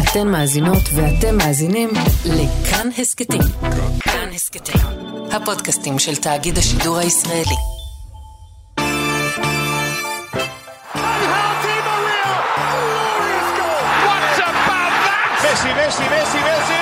אתן מאזינות ואתם מאזינים לכאן הסקטים. כאן הסקטים, הפודקאסטים של תאגיד השידור הישראלי. Messi.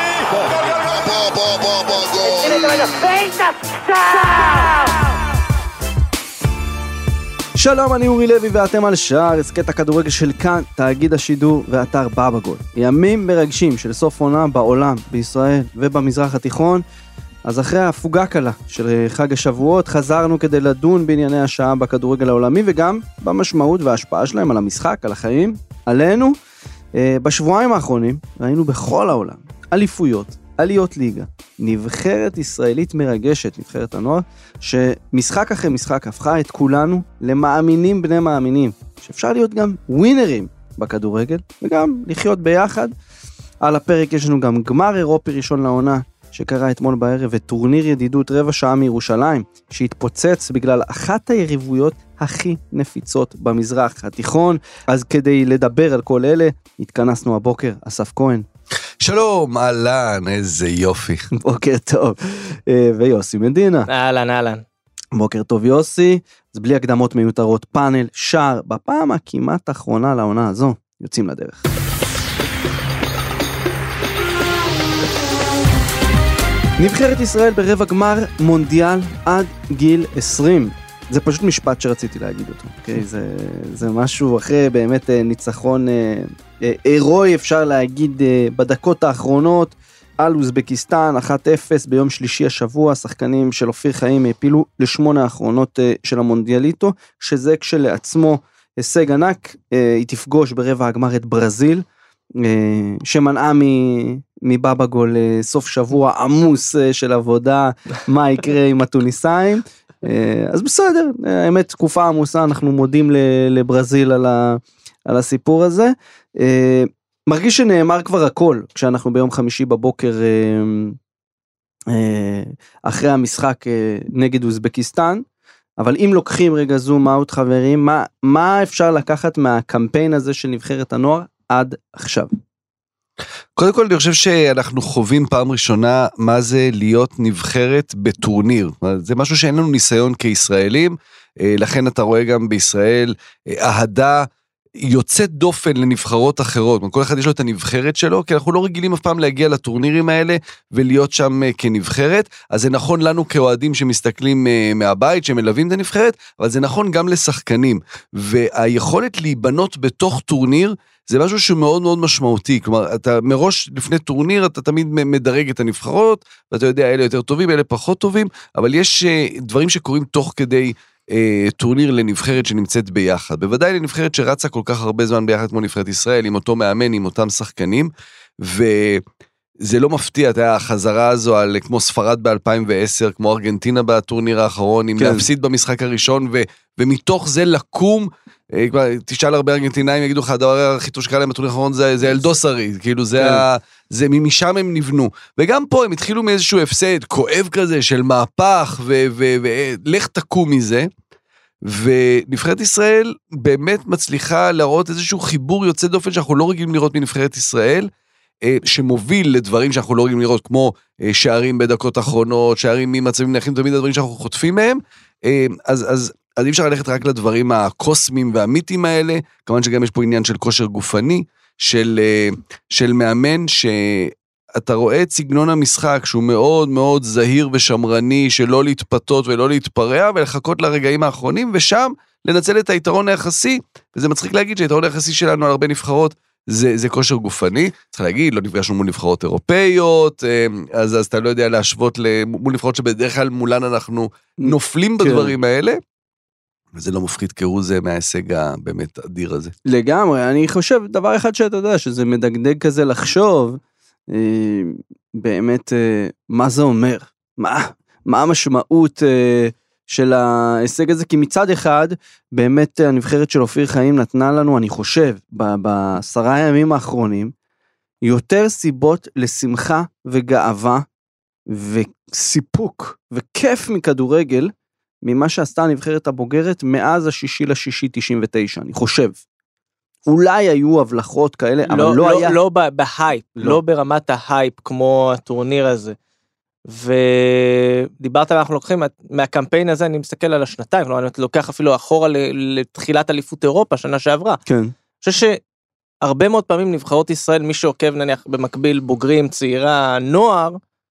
שלום, אני אורי לוי ואתם על שער, הסקט הכדורגל של כאן, תאגיד השידור ואתר בבא גול. ימים מרגשים של סוף עונה בעולם, בישראל ובמזרח התיכון. אז אחרי ההפוגה קלה של חג השבועות, חזרנו כדי לדון בענייני השעה בכדורגל העולמי, וגם במשמעות וההשפעה שלהם על המשחק, על החיים, עלינו. בשבועיים האחרונים ראינו בכל העולם אליפויות, עליות ליגה, נבחרת ישראלית מרגשת, נבחרת הנוער, שמשחק אחרי משחק הפכה את כולנו למאמינים בני מאמינים, שאפשר להיות גם ווינרים בכדורגל, וגם לחיות ביחד. על הפרק יש לנו גם גמר אירופי ראשון לעונה, שקרה אתמול בערב, וטורניר ידידות רבע שעה מירושלים, שהתפוצץ בגלל אחת היריבויות הכי נפיצות במזרח התיכון. אז כדי לדבר על כל אלה, התכנסנו הבוקר. אסף כהן. שלום, אהלן, איזה יופי. בוקר טוב. ויוסי מדינה. אהלן. בוקר טוב יוסי. אז בלי הקדמות מיותרות, פאנל שער בפעם הכמעט האחרונה לעונה הזו, יוצאים לדרך. נבחרת ישראל ברבע גמר מונדיאל עד גיל 20. זה פשוט משפט שרציתי להגיד אותו. אוקיי? זה משהו אחרי באמת ניצחון הירואי, אפשר להגיד, בדקות האחרונות, על אוזבקיסטן 1-0 ביום שלישי השבוע. השחקנים של אופיר חיים הפילו ל8 האחרונות של המונדיאליטו, שזה כשלעצמו הישג ענק. היא תפגוש ברבע הגמר את ברזיל, שמנעה מבבא גול סוף שבוע עמוס של עבודה, מה יקרה עם הטוניסאים. אז בסדר, האמת תקופה עמוסה, אנחנו מודים לברזיל על הסיפור הזה. מרגיש שנאמר כבר הכל, כשאנחנו ביום חמישי בבוקר, אחרי המשחק נגד אוזבקיסטן, אבל אם לוקחים רגע זום אאוט חברים, מה אפשר לקחת מהקמפיין הזה של נבחרת הנוער עד עכשיו? קודם כל אני חושב שאנחנו חווים פעם ראשונה מה זה להיות נבחרת בטורניר. זה משהו שאין לנו ניסיון כישראלים, לכן אתה רואה גם בישראל אהדה יוצאת דופן לנבחרות אחרות. כל אחד יש לו את הנבחרת שלו, כי אנחנו לא רגילים אף פעם להגיע לטורנירים האלה ולהיות שם כנבחרת. אז זה נכון לנו כאוהדים שמסתכלים מהבית, שמלווים את הנבחרת, אבל זה נכון גם לשחקנים. והיכולת להיבנות בתוך טורניר, זה משהו שהוא מאוד מאוד משמעותי. כלומר, אתה מראש לפני טורניר, אתה תמיד מדרג את הנבחרות, ואתה יודע, אלה יותר טובים, אלה פחות טובים, אבל יש דברים שקורים תוך כדי טורניר לנבחרת שנמצאת ביחד. בוודאי לנבחרת שרצה כל כך הרבה זמן ביחד כמו נבחרת ישראל, עם אותו מאמן, עם אותם שחקנים, וזה לא מפתיע, החזרה הזו על כמו ספרד ב-2010, כמו ארגנטינה בטורניר האחרון, עם להפסיד במשחק הראשון, ומתוך זה לקום, תשאל הרבה ארגנטינאים, יגידו לך, הדבר הכי טוב שקרה להם בטורניר האחרון זה אלדוסרי, כאילו זה משם הם נבנו, וגם פה הם התחילו מאיזשהו הפסד, כואב כזה של מהפך, ולך תקום מזה, ונבחרת ישראל באמת מצליחה להראות איזשהו חיבור יוצא דופן, שאנחנו לא רגילים לראות מנבחרת ישראל, שמוביל לדברים שאנחנו לא רגילים לראות, כמו שערים בדקות האחרונות, שערים ממצבים נייחים, תמיד הדברים שאנחנו חוטפים מהם, אז אי אפשר ללכת רק לדברים הקוסמיים והמיתיים האלה, כמובן שגם יש פה עניין של כושר גופני, של מאמן, שאתה רואה את סגנון המשחק, שהוא מאוד מאוד זהיר ושמרני, שלא להתפתות ולא להתפרע, ולחכות לרגעים האחרונים, ושם לנצל את היתרון היחסי, וזה מצחיק להגיד שהיתרון היחסי שלנו על הרבה נבחרות, זה כושר גופני, צריך להגיד, לא נפגשנו מול נבחרות אירופאיות, אז אתה לא יודע להשוות מול נבחרות שבדרך כלל מולן אנחנו נופלים בדברים האלה, וזה לא מפחיד כהוא זה מההישג הבאמת אדיר הזה. לגמרי, אני חושב דבר אחד שאתה יודע, שזה מדגדג כזה לחשוב, באמת מה זה אומר, מה המשמעות של ההישג הזה, כי מצד אחד, באמת הנבחרת של אופיר חיים נתנה לנו, אני חושב, ב10 הימים האחרונים, יותר סיבות לשמחה וגאווה, וסיפוק, וכיף מכדורגל, ממה שעשתה הנבחרת הבוגרת, מאז 6/6/99, אני חושב. אולי היו הבלחות כאלה, אבל לא היה... לא בהייפ, לא ברמת ההייפ כמו הטורניר הזה. ודיברת, אנחנו לוקחים מהקמפיין הזה, אני מסתכל על השנתיים, אני לוקח אפילו אחורה לתחילת אליפות אירופה, שנה שעברה. כן. אני חושב שהרבה מאוד פעמים נבחרות ישראל, מי שעוקב נניח במקביל בוגרים, צעירה, נוער,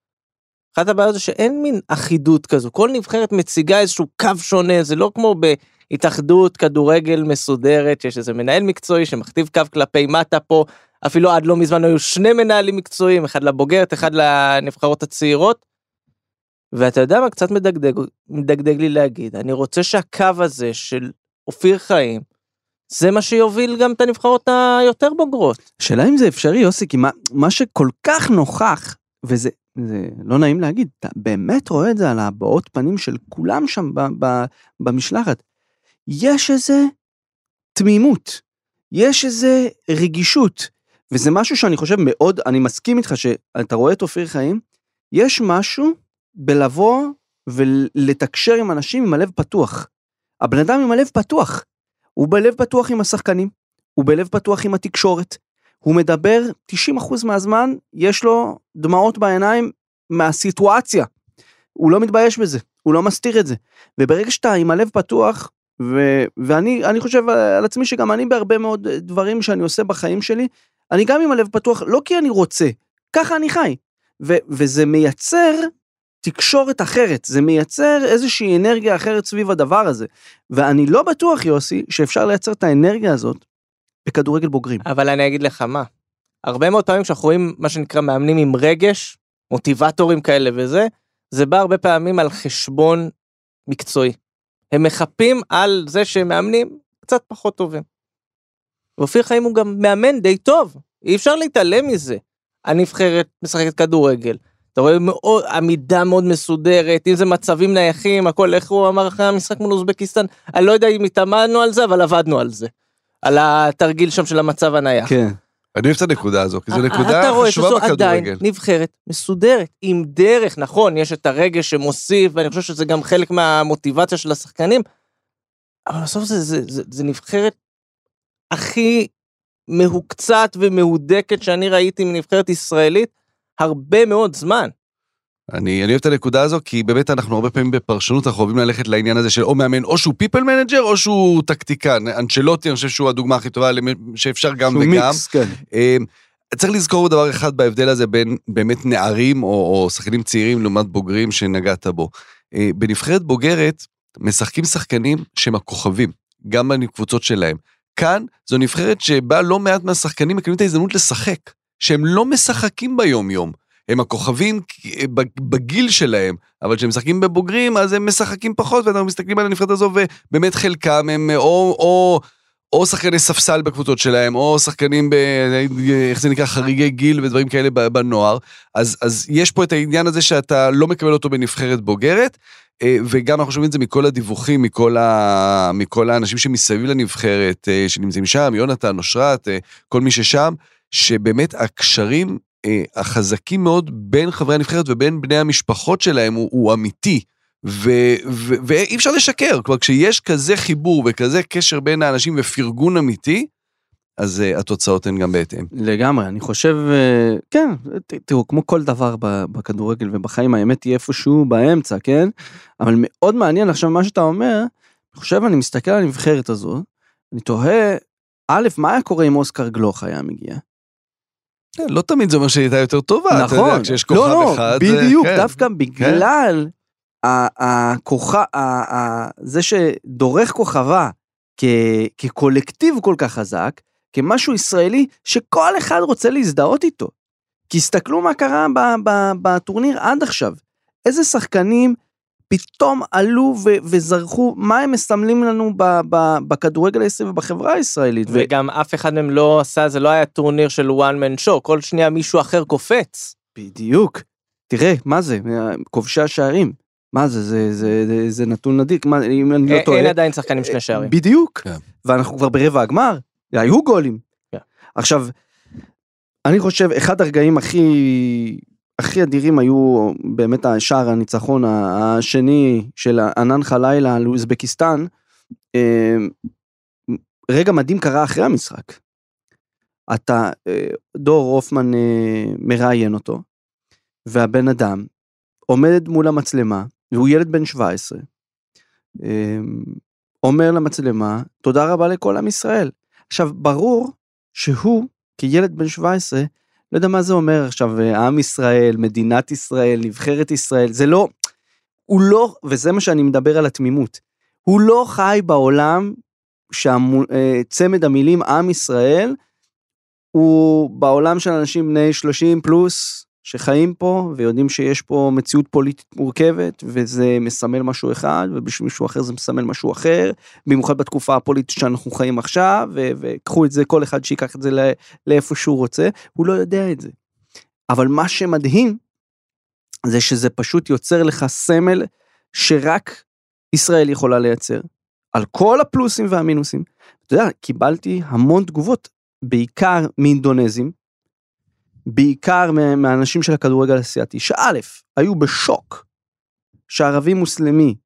אחת הבעיות זה שאין מין אחידות כזו, כל נבחרת מציגה איזשהו קו שונה, זה לא כמו בהתאחדות כדורגל מסודרת, שיש איזה מנהל מקצועי שמכתיב קו כלפי מטה פה, אפילו עד לא מזמן היו שני מנהלים מקצועיים, אחד לבוגרת, אחד לנבחרות הצעירות, ואתה יודע מה, קצת מדגדג לי להגיד, אני רוצה שהקו הזה של אופיר חיים, זה מה שיוביל גם את הנבחרות היותר בוגרות. שאלה אם זה אפשרי, יוסי, כי מה שכל כך נוכח, וזה לא נעים להגיד, אתה באמת רואה את זה על הבעות פנים של כולם שם במשלחת, יש איזה תמימות, יש איזה רגישות, וזה משהו שאני חושב מאוד, אני מסכים איתך שאתה רואה את אופיר חיים, יש משהו בלבוא ולתקשר עם אנשים עם הלב פתוח. הבן אדם עם הלב פתוח, הוא בלב פתוח עם השחקנים, הוא בלב פתוח עם התקשורת, הוא מדבר 90% מהזמן, יש לו דמעות בעיניים מהסיטואציה, הוא לא מתבייש בזה, הוא לא מסתיר את זה, וברגע שאתה עם הלב פתוח, ואני חושב על עצמי שגם אני בהרבה מאוד דברים שאני עושה בחיים שלי, אני גם עם הלב פתוח, לא כי אני רוצה, ככה אני חי, וזה מייצר תקשורת אחרת, זה מייצר איזושהי אנרגיה אחרת סביב הדבר הזה, ואני לא בטוח, יוסי, שאפשר לייצר את האנרגיה הזאת, בכדורגל בוגרים. אבל אני אגיד לך מה, הרבה מאוד פעמים שאנחנו רואים מה שנקרא מאמנים עם רגש, מוטיבטורים כאלה וזה, זה בא הרבה פעמים על חשבון מקצועי. הם מחפים על זה שהם מאמנים קצת פחות טובים. ואופיר חיים הוא גם מאמן די טוב, אי אפשר להתעלם מזה. הנבחרת משחקת כדורגל, אתה רואה עמידה מאוד מסודרת, אם זה מצבים נייחים, הכל, איך הוא אמר אחרי המשחק מול אוזבקיסטן, אני לא יודע אם התאמנו על זה, אבל עבדנו על זה. על התרגיל שם של המצב הנייח. כן. אני אוהב את הנקודה הזו, כי זו נקודה חשובה בכדורגל. אתה רואה שזו עדיין נבחרת מסודרת, עם דרך, נכון, יש את הרגש שמוסיף, ואני חושב שזה גם חלק מהמוטיבציה של השחקנים, אבל בסוף זה נבחרת הכי מהוקצת ומהודקת שאני ראיתי מנבחרת ישראלית, הרבה מאוד זמן. אני אוהב את הנקודה הזו, כי באמת אנחנו הרבה פעמים בפרשנות, אנחנו אוהבים ללכת לעניין הזה של או מאמן, או שהוא פיפל מנג'ר, או שהוא טקטיקן. אנצ'לוטי, אני חושב שהוא הדוגמה הכי טובה, שאפשר גם וגם. מיקס, כן. צריך לזכור דבר אחד בהבדל הזה, בין באמת נערים, או שחקנים צעירים, לעומת בוגרים שנגעת בו. בנבחרת בוגרת, משחקים שחקנים שהם הכוכבים, גם בקבוצות שלהם. כאן, זו נבחרת שבה לא מעט מהשחקנים מקבלים את ההזדמנות לשחק, שהם לא משחקים ביום-יום. הם הכוכבים בגיל שלהם, אבל כשהם משחקים בבוגרים, אז הם משחקים פחות, ואנחנו מסתכלים על הנבחרת הזו, ובאמת חלקם הם או שחקני ספסל בקבוצות שלהם, או שחקנים איך זה נקרא, חריגי גיל ודברים כאלה בנוער, אז יש פה את העניין הזה שאתה לא מקבל אותו בנבחרת בוגרת, וגם אנחנו שומעים את זה מכל הדיווחים, מכל האנשים שמסביב לנבחרת, שנמצאים שם, יונתן, אושרת, כל מי ששם, שבאמת הקשרים החזקים מאוד בין חברי הנבחרת ובין בני המשפחות שלהם הוא אמיתי, ואי אפשר לשקר, כבר כשיש כזה חיבור וכזה קשר בין האנשים ופרגון אמיתי, אז התוצאות הן גם בהתאם. לגמרי, אני חושב, כן, תראו, כמו כל דבר בכדורגל ובחיים, האמת היא איפשהו באמצע, כן? אבל מאוד מעניין עכשיו מה שאתה אומר, אני חושב, אני מסתכל על הנבחרת הזו, אני תוהה, א', מה היה קורה אם אוסקר גלוך היה מגיע? לא תמיד זה אומר שהיא הייתה יותר טובה, נכון, אתה יודע, כשיש כוכב אחד. בדיוק, דווקא בגלל זה שדורך כוכבה כקולקטיב כל כך חזק, כמשהו ישראלי שכל אחד רוצה להזדהות איתו. כי הסתכלו מה קרה בטורניר עד עכשיו. איזה שחקנים פתאום עלו וזרחו, מה הם מסמלים לנו בכדורגל הישראלי ובחברה הישראלית. וגם אף אחד מהם לא עשה, זה לא היה טורניר של one man show, כל שנייה מישהו אחר קופץ. בדיוק. תראה, מה זה? כובשי השערים. מה זה? זה נתון נדיר. אם אני לא טועה. אין עדיין שחקנים שני שערים. בדיוק. ואנחנו כבר ברבע הגמר. היו גולים. עכשיו, אני חושב, אחד הרגעים הכי אדירים היו באמת השער הניצחון השני של ענן חלילה על אוזבקיסטן. רגע מדהים קרה אחרי המשחק. דור הופמן מראיין אותו, והבן אדם עומד מול המצלמה, והוא ילד בן 17, אומר למצלמה, תודה רבה לכל עם ישראל. עכשיו, ברור שהוא, כילד בן 17, לא יודע מה זה אומר עכשיו, עם ישראל, מדינת ישראל, נבחרת ישראל, זה לא, הוא לא, וזה מה שאני מדבר על התמימות, הוא לא חי בעולם, שצמד המילים עם ישראל, הוא בעולם של אנשים בני 30 פלוס, שחיים פה, ויודעים שיש פה מציאות פוליטית מורכבת, וזה מסמל משהו אחד, ובשביל מישהו אחר זה מסמל משהו אחר, במיוחד בתקופה הפוליטית שאנחנו חיים עכשיו, וקחו את זה, כל אחד שיקח את זה לאיפה שהוא רוצה, הוא לא יודע את זה. אבל מה שמדהים, זה שזה פשוט יוצר לך סמל, שרק ישראל יכולה לייצר, על כל הפלוסים והמינוסים. אתה יודע, קיבלתי המון תגובות, בעיקר מאינדונזים, בעיקר מהאנשים של הכדורגל האסייתי, שא' היו בשוק, שערבי מוסלמי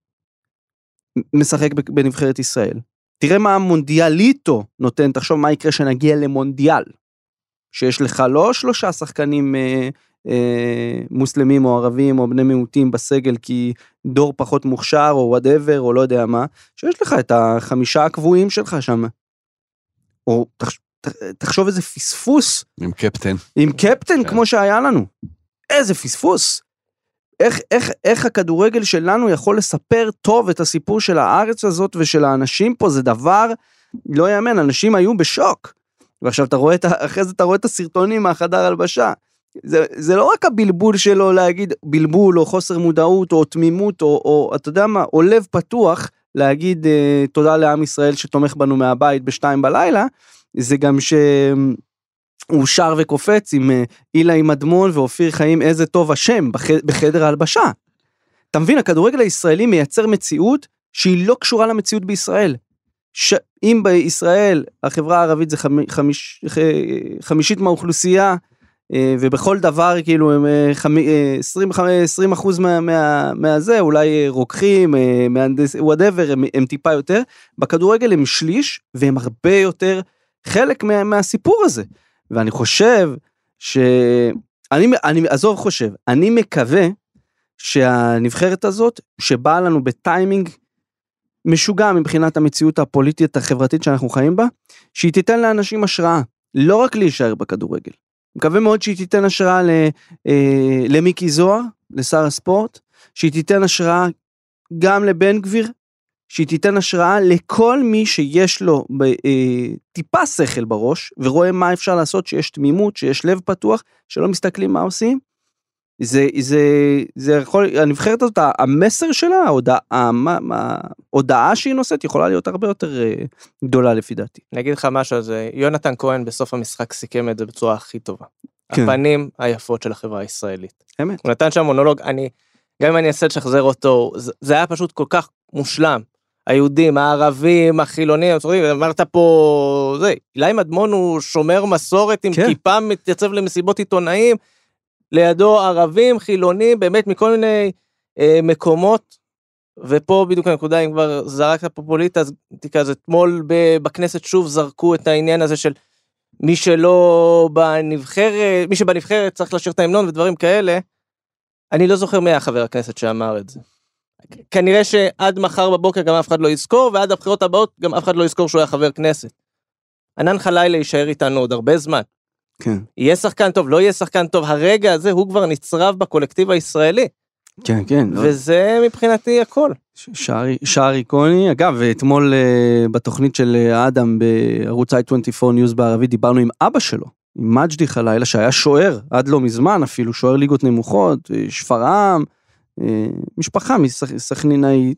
משחק בנבחרת ישראל. תראה מה המונדיאליטו נותן, תחשוב מה יקרה שנגיע למונדיאל, שיש לך לא 3 שחקנים מוסלמים או ערבים או בני מיעוטים בסגל, כי דור פחות מוכשר או whatever או לא יודע מה, שיש לך את 5 הקבועים שלך שם. או תחשוב איזה פספוס. עם קפטן. עם קפטן כמו שהיה לנו. איזה פספוס. איך הכדורגל שלנו יכול לספר טוב את הסיפור של הארץ הזאת ושל האנשים פה, זה דבר לא יאמן, אנשים היו בשוק. ועכשיו אחרי זה אתה רואה את הסרטונים מהחדר הלבשה. זה לא רק הבלבול שלו להגיד בלבול או חוסר מודעות או תמימות או אתה יודע מה, או לב פתוח להגיד תודה לעם ישראל שתומך בנו מהבית ב2 בלילה, זה גם שהוא שר וקופץ עם אילה עם אדמון ואופיר חיים איזה טוב השם בחדר ההלבשה. אתה מבין, הכדורגל הישראלי מייצר מציאות שהיא לא קשורה למציאות בישראל. אם בישראל החברה הערבית זה 50% מהאוכלוסייה, ובכל דבר כאילו הם 20% מהזה, אולי רוקחים, מהנדס, whatever, הם טיפה יותר, בכדורגל הם שליש, והם הרבה יותר חלק מהסיפור הזה. ואני חושב אני מקווה שהנבחרת הזאת, שבאה לנו בטיימינג משוגע מבחינת המציאות הפוליטית החברתית שאנחנו חיים בה, שהיא תיתן לאנשים השראה, לא רק להישאר בכדורגל. מקווה מאוד שהיא תיתן השראה למיקי זוהר, לשר הספורט, שהיא תיתן השראה גם לבן גביר, שהיא תיתן השראה לכל מי שיש לו טיפה שכל בראש, ורואה מה אפשר לעשות, שיש תמימות, שיש לב פתוח, שלא מסתכלים מה עושים. זה יכול, הנבחרת הזאת, המסר שלה, ההודעה שהיא נושאת, יכולה להיות הרבה יותר גדולה לפי דעתי. אני אגיד לך משהו, זה יונתן כהן בסוף המשחק סיכם את זה בצורה הכי טובה. הפנים היפות של החברה הישראלית. אמת. הוא נתן שם מונולוג, גם אם אני אעשה לשחזר אותו, זה היה פשוט כל כך מושלם. היהודים, הערבים, החילונים, אמרת פה, אילי מדמון הוא שומר מסורת עם כיפה מתייצב למסיבות עיתונאים, לידו ערבים, חילונים, באמת מכל מיני מקומות, ופה בדיוק הנקודה, אם כבר זרקת פופוליטה, אז אתמול בכנסת שוב זרקו את העניין הזה של מי שלא בנבחרת, מי שבנבחרת צריך לשיר את ההמנון ודברים כאלה, אני לא זוכר מי היה חבר הכנסת שאמר את זה. כנראה שעד מחר בבוקר גם אף אחד לא יזכור, ועד הבחירות הבאות גם אף אחד לא יזכור שהוא היה חבר כנסת. ענן חלילה יישאר איתנו עוד הרבה זמן. כן. יהיה שחקן טוב, לא יהיה שחקן טוב, הרגע הזה הוא כבר נצרב בקולקטיב הישראלי. כן, כן. וזה מבחינתי הכל. שער איקוני, אגב, אתמול בתוכנית של אדם בערוץ i24 ניוז בערבית, דיברנו עם אבא שלו, עם מג'די חלילה, שהיה שוער, עד לא מזמן אפילו, שוער ליגות נמוכות, שפרעם, משפחה מסכנינאית,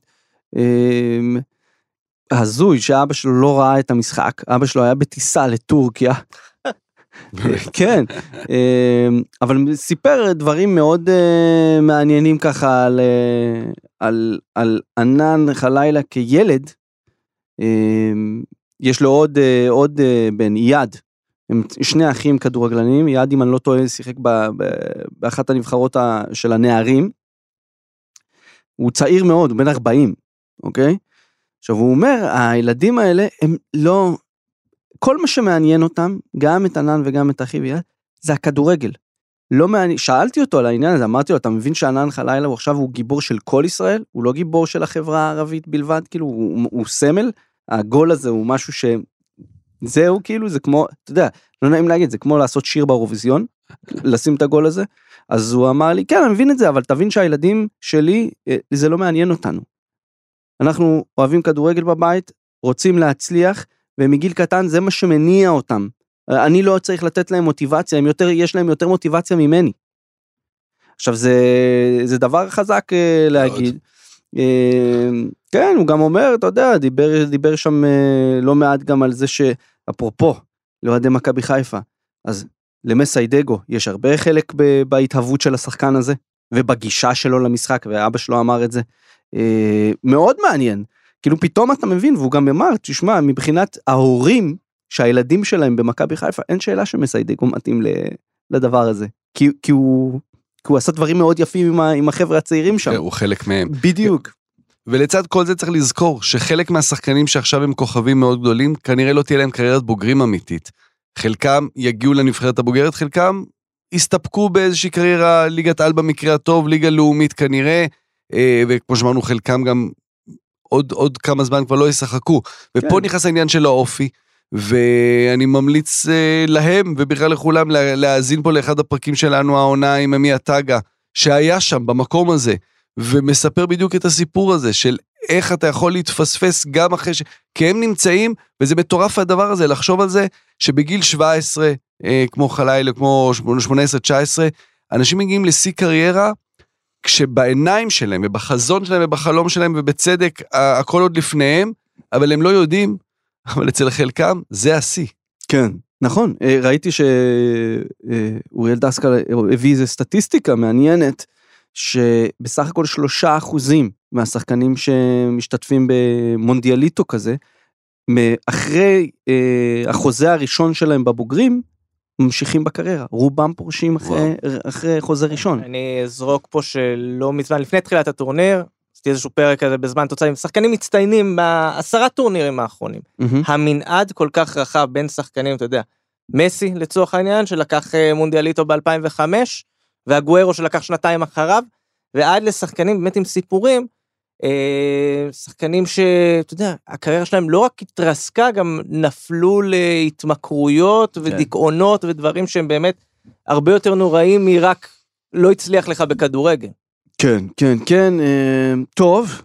הזוי שאבא שלו לא ראה את המשחק, אבא שלו היה בטיסה לטורקיה, כן, אבל סיפר דברים מאוד מעניינים ככה על ענן חלילה כילד, יש לו עוד בן יד, הם שני אחים כדורגלנים, יד אם אני לא טועה שיחק באחת הנבחרות של הנערים, הוא צעיר מאוד, הוא בן 40, אוקיי? עכשיו הוא אומר, הילדים האלה הם לא, כל מה שמעניין אותם, גם את ענן וגם את אחיו, זה הכדורגל. לא מעניין, שאלתי אותו על העניין הזה, אמרתי לו, אתה מבין שענן חלילה, עכשיו הוא גיבור של כל ישראל, הוא לא גיבור של החברה הערבית בלבד, כאילו, הוא סמל, הגול הזה הוא משהו זהו כאילו, זה כמו, אתה יודע, לא נעים להגיד, זה כמו לעשות שיר באירוויזיון, לשים את הגול הזה, אז הוא אמר לי, כן, אני מבין את זה, אבל תבין שהילדים שלי, זה לא מעניין אותנו. אנחנו אוהבים כדורגל בבית, רוצים להצליח, ומגיל קטן זה מה שמניע אותם. אני לא צריך לתת להם מוטיבציה, יש להם יותר מוטיבציה ממני. עכשיו, זה דבר חזק להגיד. כן, הוא גם אומר, אתה יודע, דיבר שם לא מעט גם על זה שאפרופו, לאוהדי מכבי חיפה, אז למסיידגו יש הרבה חלק בהתהוות של השחקן הזה, ובגישה שלו למשחק, ואבא שלו אמר את זה, מאוד מעניין, כאילו פתאום אתה מבין, והוא גם אמר, תשמע, מבחינת ההורים, שהילדים שלהם במכבי חיפה, אין שאלה שמסיידגו מתאים לדבר הזה, כי הוא עשה דברים מאוד יפים עם החבר'ה הצעירים שם. הוא חלק מהם. בדיוק. ולצד כל זה צריך לזכור, שחלק מהשחקנים שעכשיו הם כוכבים מאוד גדולים, כנראה לא תהיה להם קריירת בוגרים אמיתית. חלקם יגיעו לנבחרת הבוגרת, חלקם יסתפקו באיזושהי קריירה, ליגת על במקרה הטוב, ליגה לאומית כנראה, וכמו שאמרנו, חלקם גם עוד כמה זמן כבר לא ישחקו. ופה נכנס העניין של האופי, ואני ממליץ להם, ובכלל לכולם, להאזין פה לאחד הפרקים שלנו, העונה עם אמי הטאגה, שהיה שם במקום הזה, ומספר בדיוק את הסיפור הזה, של איך אתה יכול להתפספס גם אחרי כי הם נמצאים, וזה מטורף הדבר הזה, לחשוב על זה, שבגיל 17, כמו חלילה, כמו 18-19, אנשים מגיעים לשיא קריירה, כשבעיניים שלהם, ובחזון שלהם, ובחלום שלהם, ובצדק, הכל עוד לפניהם, אבל הם לא יודעים, אבל אצל חלקם, זה השיא. כן, נכון. ראיתי שאוריאל דסקל הביא איזו סטטיסטיקה מעניינת, שבסך הכל 3% מהשחקנים שמשתתפים במונדיאליטו כזה, אחרי החוזה הראשון שלהם בבוגרים, ממשיכים בקריירה. רובם פורשים אחרי חוזה ראשון. אני אזרוק פה שלא מזמן, לפני תחילת הטורניר, עשיתי איזשהו פרק כזה בזמן תוצאים, שחקנים מצטיינים ב10 טורנירים האחרונים. המנעד כל כך רחב בין שחקנים, אתה יודע, מסי לצורך העניין, שלקח מונדיאליטו ב-2005, והגוארו שלקח 2 אחריו, ועד לשחקנים באמת עם סיפורים, שחקנים שאתה יודע, הקריירה שלהם לא רק התרסקה, גם נפלו להתמכרויות ודיכאונות ודברים שהם באמת הרבה יותר נוראים מרק לא הצליח לך בכדורגל. כן, כן, כן, טוב,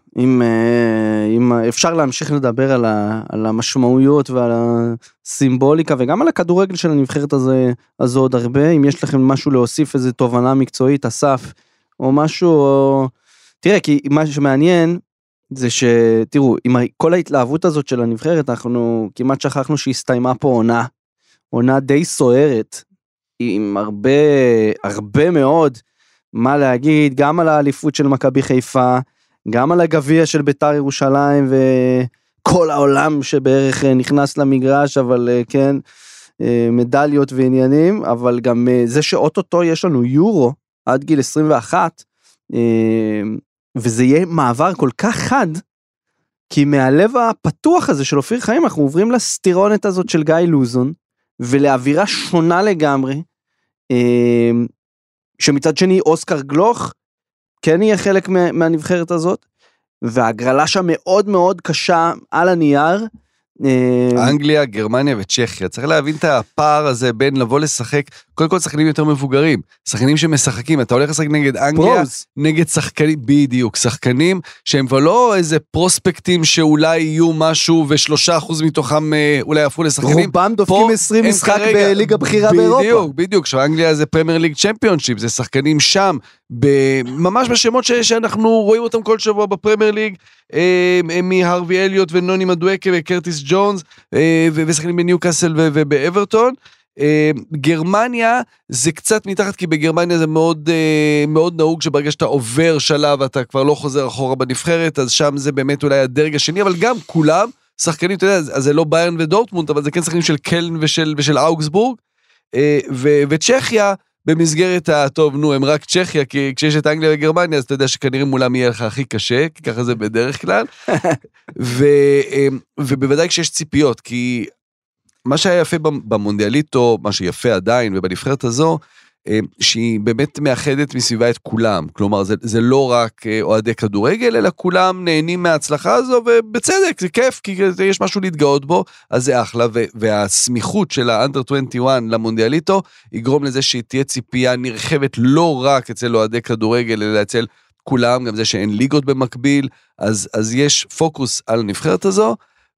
אם אפשר להמשיך לדבר על המשמעויות ועל הסימבוליקה וגם על הכדורגל של הנבחרת הזו עוד הרבה, אם יש לכם משהו להוסיף איזו תובנה מקצועית, אסף, או משהו, תראה, כי מה שמעניין זה שתראו, עם כל ההתלהבות הזאת של הנבחרת, אנחנו כמעט שכחנו שהסתיימה פה עונה די סוערת, עם הרבה מאוד מה להגיד, גם על האליפות של מכבי חיפה, גם על הגביע של בית"ר ירושלים, וכל העולם שבערך נכנס למגרש, אבל כן, מדליות ועניינים, אבל גם זה שאוטוטו יש לנו יורו, עד גיל 21, וזה יהיה מעבר כל כך חד, כי מהלב הפתוח הזה של אופיר חיים, אנחנו עוברים לסטירונת הזאת של גיא לוזון, ולאווירה שונה לגמרי, שמצד שני אוסקר גלוך, כן יהיה חלק מהנבחרת הזאת, והגרלה שם מאוד מאוד קשה על הנייר. אנגליה, גרמניה וצ'כיה, צריך להבין את הפער הזה בין לבוא לשחק, קודם כל שחקנים יותר מבוגרים, שחקנים שמשחקים, אתה הולך לשחק נגד אנגליה, נגד שחקנים, בדיוק, שחקנים שהם כבר לא איזה פרוספקטים שאולי יהיו משהו ו3% מתוכם אולי יהפכו לשחקנים. רובם דופקים 20 משחק בליגה בחירה באירופה. בדיוק, שאנגליה זה פרמייר ליג צ'מפיונשיפ, זה שחקנים שם, ממש בשמות שאנחנו רואים אותם כל שבוע בפרמייר ליג, מהרווי אליוט ונוני מדואקה וקרטיס ג'ונס, ושחקנים בניוקאסל ובאברטון. גרמניה זה קצת מתחת, כי בגרמניה זה מאוד מאוד נהוג שברגע שאתה עובר שלב אתה כבר לא חוזר אחורה בנבחרת, אז שם זה באמת אולי הדרג השני, אבל גם כולם שחקנים, אתה יודע, אז זה לא ביירן ודורטמונד, אבל זה כן שחקנים של קלן ושל אוגסבורג, וצ'כיה במסגרת טוב, נו, הם רק צ'כיה, כי כשיש את אנגליה וגרמניה, אז אתה יודע שכנראה מולם יהיה לך הכי קשה, כי ככה זה בדרך כלל, ובוודאי כשיש ציפיות, כי מה שהיה יפה במונדיאליטו, מה שיפה עדיין, ובנבחרת הזו, שהיא באמת מאחדת מסביבה את כולם, כלומר זה לא רק אוהדי כדורגל, אלא כולם נהנים מההצלחה הזו, ובצדק, זה כיף, כי יש משהו להתגאות בו, אז זה אחלה, והסמיכות של האנדר 21 למונדיאליטו, יגרום לזה שהיא תהיה ציפייה נרחבת, לא רק אצל אוהדי כדורגל, אלא אצל כולם, גם זה שאין ליגות במקביל, אז יש פוקוס על הנבחרת הזו,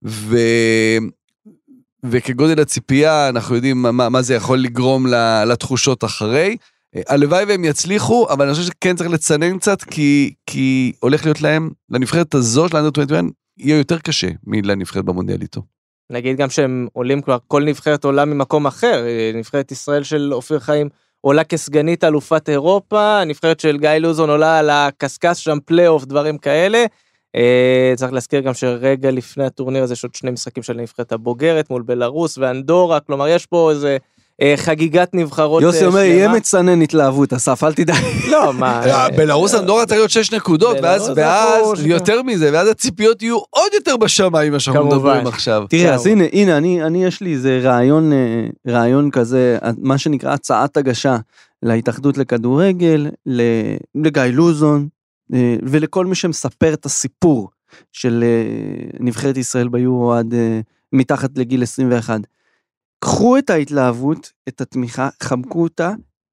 וכגודל הציפייה, אנחנו יודעים מה זה יכול לגרום לתחושות אחרי. הלוואי והם יצליחו, אבל אני חושב שכן צריך לצנן קצת, כי הולך להיות להם, לנבחרת הזאת, לאנדר 21, יהיה יותר קשה מלנבחרת במונדיאליטו. נגיד גם שהם עולים כבר, כל נבחרת עולה ממקום אחר, נבחרת ישראל של אופיר חיים עולה כסגנית אלופת אירופה, הנבחרת של גיא לוזון עולה על הקסקס שם פלייאוף, דברים כאלה, צריך להזכיר גם שרגע לפני הטורניר הזה יש עוד 2 משחקים של הנבחרת הבוגרת מול בלרוס ואנדורה, כלומר יש פה איזה חגיגת נבחרות שלמה. יוסי אומר, יהיה מצנן התלהבות, אסף, אל תדע. לא, מה... בלרוס אנדורה צריך להיות 6 נקודות, ואז יותר מזה, ואז הציפיות יהיו עוד יותר בשמיים, מה שאנחנו מדברים עכשיו. תראה, אז הנה, אני יש לי איזה רעיון כזה, מה שנקרא הצעת הגשה, להתאחדות לכדורגל, לגיא לוזון, ולכל מי שמספר את הסיפור של נבחרת ישראל ביורו עד מתחת לגיל 21. קחו את ההתלהבות, את התמיכה, חמקו אותה,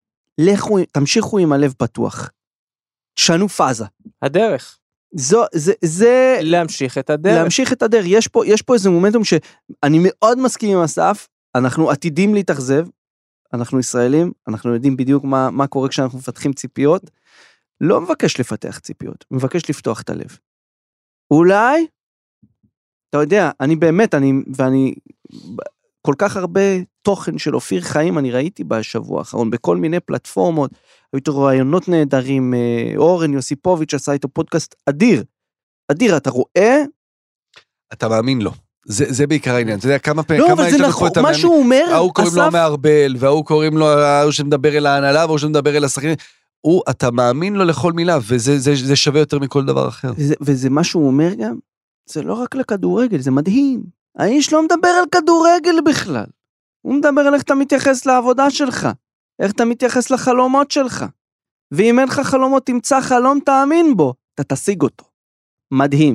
תמשיכו עם הלב פתוח. שנו פאזה. הדרך. זה להמשיך את הדרך. להמשיך את הדרך. יש פה איזה מומנטום שאני מאוד מסכים עם אסף, אנחנו עתידים להתאכזב, אנחנו ישראלים, אנחנו יודעים בדיוק מה קורה כשאנחנו מפתחים ציפיות, לא מבקש לפתח ציפיות, מבקש לפתוח את הלב. אולי, אתה יודע, אני באמת, ואני כל כך הרבה תוכן של אופיר חיים, אני ראיתי בשבוע האחרון, בכל מיני פלטפורמות, היו איתו רעיונות נהדרים, אורן יוסיפוביץ' עשה איתו פודקאסט אדיר, אתה רואה? אתה מאמין לו. זה בעיקר העניין, אתה יודע כמה פעמים... לא, אבל זה נכון, מה שהוא אומר, ההוא קוראים לו מערבל, והוא קוראים לו, ההוא שמדבר אל ההנהלה, והוא שמדבר אל השחקנים, אתה מאמין לו לכל מילה, וזה שווה יותר מכל דבר אחר. וזה מה שהוא אומר גם, זה לא רק לכדורגל, זה מדהים. האיש לא מדבר על כדורגל בכלל. הוא מדבר על איך אתה מתייחס לעבודה שלך, איך אתה מתייחס לחלומות שלך. ואם אין לך חלומות, תמצא חלום, תאמין בו, אתה תשיג אותו. מדהים.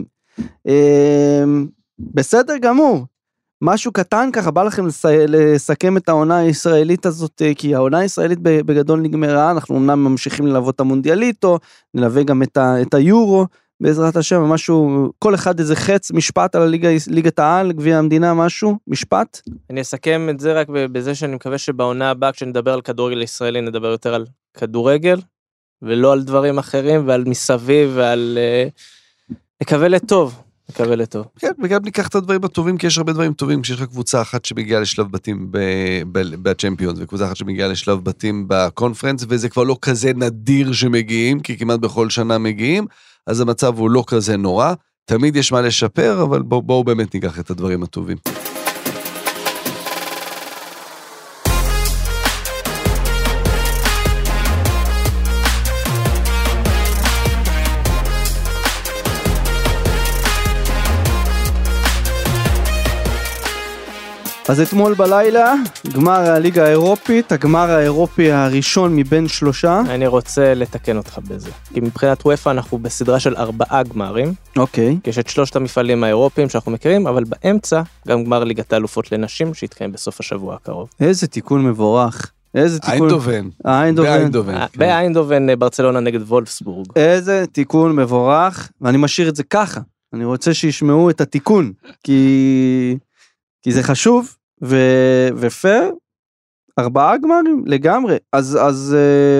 בסדר גמור. משהו קטן ככה, בא לכם לסכם את העונה הישראלית הזאת, כי העונה הישראלית בגדול נגמרה, אנחנו אמנם ממשיכים ללוות את המונדיאליטו, נלווה גם את היורו, בעזרת השם, משהו, כל אחד איזה חץ, משפט על ליגת העל, גביע המדינה, משהו, משפט. אני אסכם את זה רק בזה שאני מקווה שבעונה הבאה, כשנדבר על כדורגל ישראלי, נדבר יותר על כדורגל, ולא על דברים אחרים, ועל מסביב, ועל... נקווה לטוב. נקווה לטוב. כן, וגם ניקח את הדברים הטובים, כי יש הרבה דברים טובים, כשיש לך קבוצה אחת שמגיעה לשלב בתים בצ'מפיונס, וקבוצה אחת שמגיעה לשלב בתים בקונפרנס, וזה כבר לא כזה נדיר שמגיעים, כי כמעט בכל שנה מגיעים, אז המצב הוא לא כזה נורא, תמיד יש מה לשפר, אבל בואו באמת ניקח את הדברים הטובים. אז אתמול בלילה, גמר הליגה האירופית, הגמר האירופי הראשון מבין 3. אני רוצה לתקן אותך בזה. כי מבחינת וופא אנחנו בסדרה של 4 גמרים. אוקיי. יש את 3 המפעלים האירופיים שאנחנו מכירים, אבל באמצע גם גמר ליגת האלופות לנשים, שהתקיים בסוף השבוע הקרוב. איזה תיקון מבורך. איזה תיקון. באיינדובן, ברצלונה נגד וולפסבורג. איזה תיקון מבורך, ואני משאיר את זה ככה. אני רוצה שישמעו את התיקון, כי זה חשוב, ופייר, 4 גמרים לגמרי. אז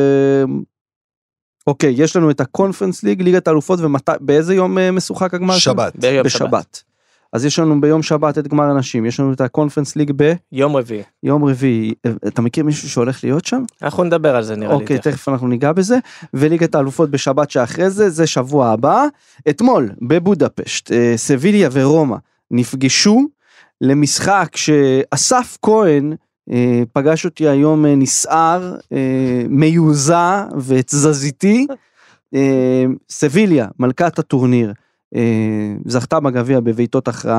אוקיי, יש לנו את הקונפרנס ליג, ליגת האלופות, ובאיזה יום משוחק הגמר? שבת. בשבת. אז יש לנו ביום שבת את גמר הנשים, יש לנו את הקונפרנס ליג יום רביעי. יום רביעי. אתה מכיר מישהו שהולך להיות שם? אנחנו נדבר על זה נראה לי. אוקיי, תכף אנחנו ניגע בזה, וליגת האלופות בשבת שאחרי זה, זה שבוע הבא. אתמול, בבודפשט, סביליה ורומא נפגשו, למשחק שאסף כהן פגש אותי היום נסער, מיוזע ותזזיתי, סביליה, מלכת הטורניר, זכתה בגביע בביתות הכרעה,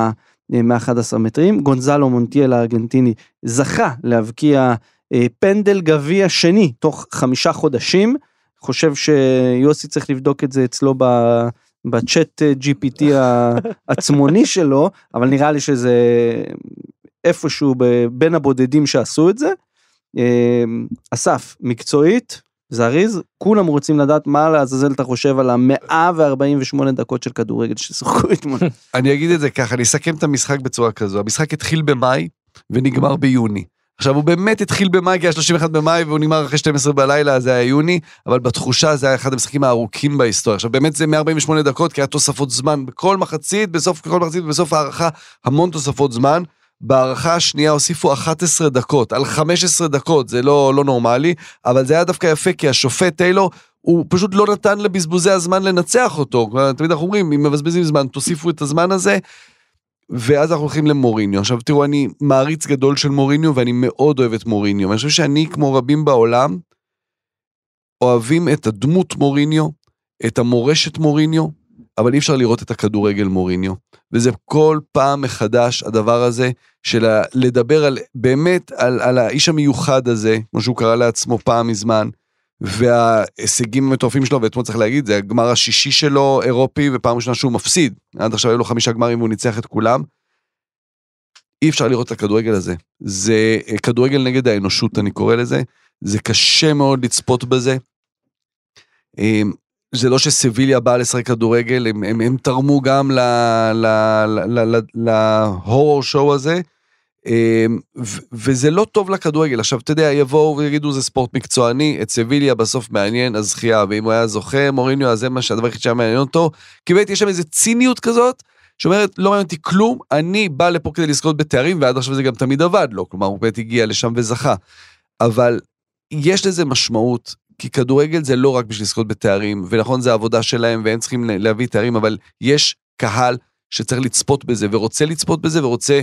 מ-11 מטרים, גונזלו מונטיאל הארגנטיני זכה להבקיע פנדל גביע שני תוך 5 חודשים, חושב שיוסי צריך לבדוק את זה אצלו בצ'אט GPT העצמוני שלו, אבל נראה לי שזה איפשהו בין הבודדים שעשו את זה. אסף, מקצועית, זריז, כולם רוצים לדעת מה לעזאזל אתה חושב על 148 דקות של כדורגל ששוחקו אתמול. אני אגיד את זה ככה, אני אסכם את המשחק בצורה כזו, המשחק התחיל במאי ונגמר ביוני. עכשיו הוא באמת התחיל במאי, כי היה 31 במאי והוא נגמר אחרי 12 בלילה, זה היה יוני, אבל בתחושה זה היה אחד המשחקים הארוכים בהיסטוריה. עכשיו באמת זה 148 דקות, כי היה תוספות זמן בכל מחצית, בסוף הערכה המון תוספות זמן, בערכה השנייה הוסיפו 11 דקות, על 15 דקות, זה לא נורמלי, אבל זה היה דווקא יפה, כי השופט טיילור, הוא פשוט לא נתן לבזבוזי הזמן לנצח אותו, תמיד אנחנו אומרים, אם מבזבזים זמן, תוסיפו את הזמן הזה, ואז אנחנו הולכים למוריניו. עכשיו תראו, אני מעריץ גדול של מוריניו, ואני מאוד אוהב את מוריניו, ואני חושב שאני, כמו רבים בעולם, אוהבים את הדמות מוריניו, את המורשת מוריניו, אבל אי אפשר לראות את הכדורגל מוריניו, וזה כל פעם מחדש הדבר הזה, של לדבר על, באמת על האיש המיוחד הזה, כמו שהוא קרא לעצמו פעם מזמן, וההישגים המטורפים שלו, ואתמול צריך להגיד, זה הגמר השישי שלו אירופי, ופעם ראשונה שהוא מפסיד, עד עכשיו היו לו 5 גמרים והוא ניצח את כולם, אי אפשר לראות את הכדורגל הזה, זה כדורגל נגד האנושות, אני קורא לזה, זה קשה מאוד לצפות בזה, זה לא שסביליה באה לשחק כדורגל, הם תרמו גם להורור שואו הזה, וזה לא טוב לכדורגל. עכשיו, אתה יודע, יבואו ויגידו, זה ספורט מקצועני, את סביליה בסוף מעניין הזכייה, ואם הוא היה זוכה, מוריניו, אז זה מה שהדבר הכי שמעניין אותו, כי באמת יש שם איזו ציניות כזאת, שאומרת, לא מעניין אותי כלום, אני בא לפה כדי לזכות בתארים, ועד עכשיו זה גם תמיד עבד לו, כלומר, הוא באמת הגיע לשם וזכה, אבל יש לזה משמעות, כי כדורגל זה לא רק בשביל לזכות בתארים, ונכון זה העבודה שלהם, והם צריכים להביא תארים, אבל יש קהל שצריך לצפות בזה, ורוצה לצפות בזה, ורוצה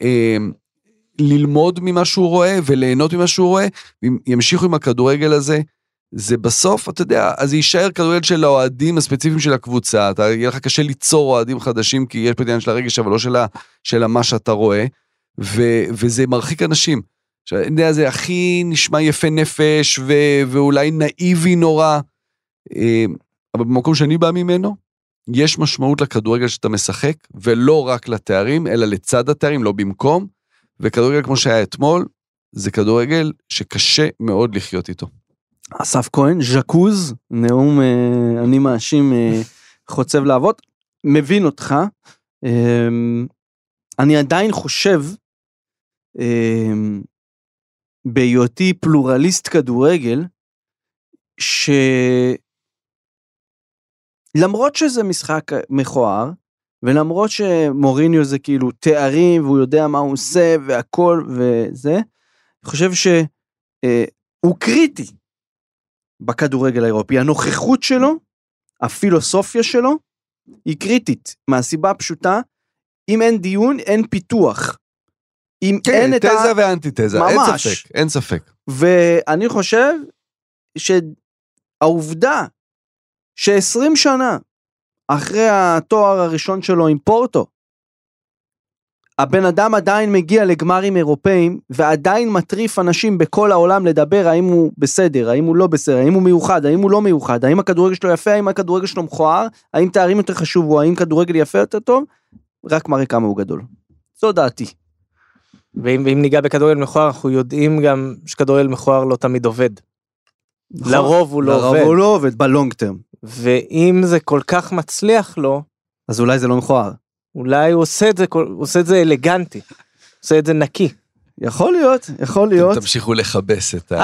ללמוד ממה שהוא רואה, וליהנות ממה שהוא רואה, ואם ימשיכו עם הכדורגל הזה, זה בסוף, אתה יודע, אז יישאר כדורגל של האוהדים הספציפיים של הקבוצה, יהיה לך קשה ליצור אוהדים חדשים, כי יש פה עניין של הרגש, אבל לא של מה שאתה רואה, וזה מרחיק אנשים. זה הכי נשמע יפה נפש, ואולי נאיבי נורא, אבל במקום שאני בא ממנו, יש משמעות לכדורגל שאתה משחק, ולא רק לתארים, אלא לצד התארים, לא במקום, וכדורגל כמו שהיה אתמול, זה כדורגל שקשה מאוד לחיות איתו. אסף כהן, ז'קוז, נאום אני מאשים חוצב לעבוד, מבין אותך, אני עדיין חושב, בהיותי פלורליסט כדורגל, שלמרות שזה משחק מכוער, ולמרות שמוריניו זה כאילו תארים, והוא יודע מה הוא עושה, והכל וזה, אני חושב שהוא קריטי בכדורגל האירופי. הנוכחות שלו, הפילוסופיה שלו, היא קריטית, מהסיבה הפשוטה, אם אין דיון, אין פיתוח. כן, תזה ואנטיתזה, אין ספק. ואני חושב שהעובדה ש20 שנה אחרי התואר הראשון שלו עם פורטו, הבן אדם עדיין מגיע לגמרים אירופאים, ועדיין מטריף אנשים בכל העולם לדבר האם הוא בסדר, האם הוא לא בסדר, האם הוא מיוחד, האם הוא לא מיוחד, האם הכדורגל שלו יפה, האם הכדורגל שלו מכוער, האם תארים יותר חשוב, או האם כדורגל יפה יותר טוב, רק מראה כמה הוא גדול. זו דעתי. ואם ניגע בכדורגל מכוער, אנחנו יודעים גם שכדורגל מכוער לא תמיד עובד. לרוב הוא לא עובד. לרוב הוא לא עובד, בלונג טרם. ואם זה כל כך מצליח לו, אז אולי זה לא מכוער. אולי הוא עושה את זה אלגנטי, עושה את זה נקי. יכול להיות, יכול להיות. תמשיכו לחבס את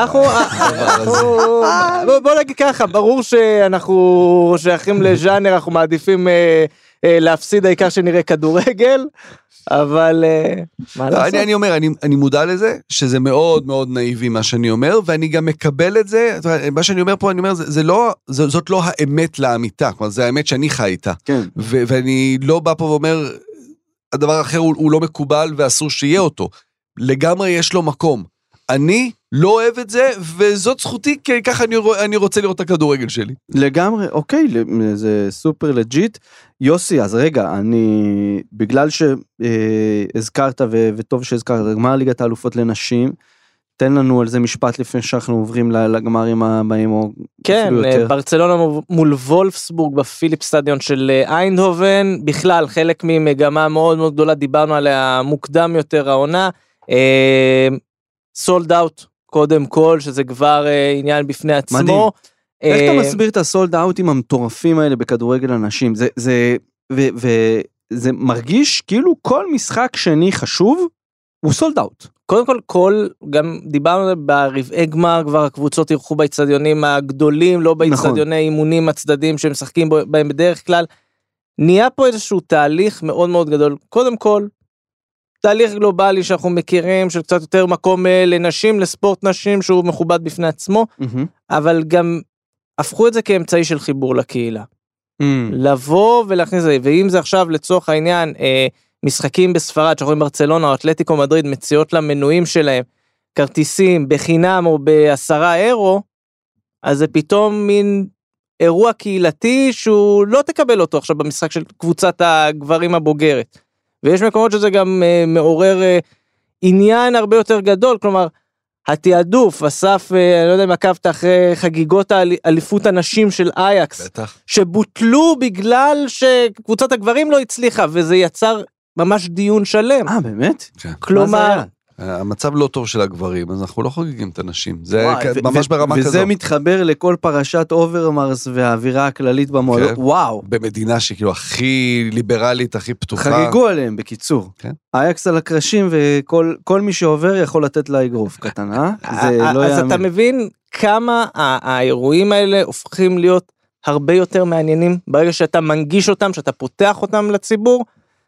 בוא נגיד ככה, ברור שאנחנו שייכים לז'אנר, אנחנו מעדיפים להפסיד העיקר שנראה כדורגל, אבל מה לעשות? אני אומר, אני מודע לזה, שזה מאוד מאוד נאיבי מה שאני אומר, ואני גם מקבל את זה, מה שאני אומר פה, אני אומר, זאת לא האמת לאמיתה, כלומר, זה האמת שאני חי איתה. כן. ואני לא בא פה ואומר, הדבר האחר הוא לא מקובל ואסור שיהיה אותו. לגמרי יש לו מקום, אני לא אוהב את זה, וזאת זכותי, כי ככה אני רוצה לראות את הכדורגל שלי. לגמרי, אוקיי, זה סופר לג'יט. יוסי, אז רגע, בגלל שהזכרת, וטוב שהזכרת, גמר ליגת האלופות לנשים, תן לנו על זה משפט לפני שאנחנו עוברים לגמרים הבאים, או כן, ברצלונה מול וולפסבורג בפיליפ סטדיון של איינדהובן, בכלל חלק ממגמה מאוד מאוד גדולה, דיברנו עליה מוקדם יותר העונה, סולד אאוט קודם כל, שזה כבר עניין בפני עצמו. מדהים. איך אתה מסביר את הסולד אאוטים המטורפים האלה בכדורגל אנשים? זה מרגיש כאילו כל משחק שני חשוב, הוא סולד אאוט. קודם כל, גם דיברנו ברבעי גמר, כבר הקבוצות ירחו באצטדיונים הגדולים, לא באצטדיוני אימונים הצדדים שהם משחקים בהם בדרך כלל. נהיה פה איזשהו תהליך מאוד מאוד גדול. קודם כל, תהליך גלובלי שאנחנו מכירים, של קצת יותר מקום לנשים, לספורט נשים, שהוא מכובד בפני עצמו, אבל גם הפכו את זה כאמצעי של חיבור לקהילה. לבוא ולהכניס את זה, ואם זה עכשיו לצורך העניין, משחקים בספרד, שאנחנו ברצלונה או אתלטיקו מדריד, מציעות למנויים שלהם, כרטיסים בחינם או ב10 אירו, אז זה פתאום מין אירוע קהילתי, שהוא לא תקבל אותו עכשיו במשחק של קבוצת הגברים הבוגרת. ויש מקומות שזה גם מעורר עניין הרבה יותר גדול, כלומר, התיעדוף, אסף, אני לא יודע אם עקבת אחרי חגיגות האליפות הנשים של אייקס, בטח. שבוטלו בגלל שקבוצת הגברים לא הצליחה, וזה יצר ממש דיון שלם. באמת? כן. כלומר, המצב לא טוב של הגברים, אז אנחנו לא חוגגים את הנשים. זה ממש ברמה כזו. וזה מתחבר לכל פרשת אוברמרס והאווירה הכללית במועדון. וואו. במדינה שהיא הכי ליברלית, הכי פתוחה. חגיגו עליהם, בקיצור. אייקס על הקרשים, וכל מי שעובר יכול לתת לה אגרוף קטן, אז אתה מבין כמה האירועים האלה הופכים להיות הרבה יותר מעניינים, ברגע שאתה מנגיש אותם, שאתה פותח אותם לציבור,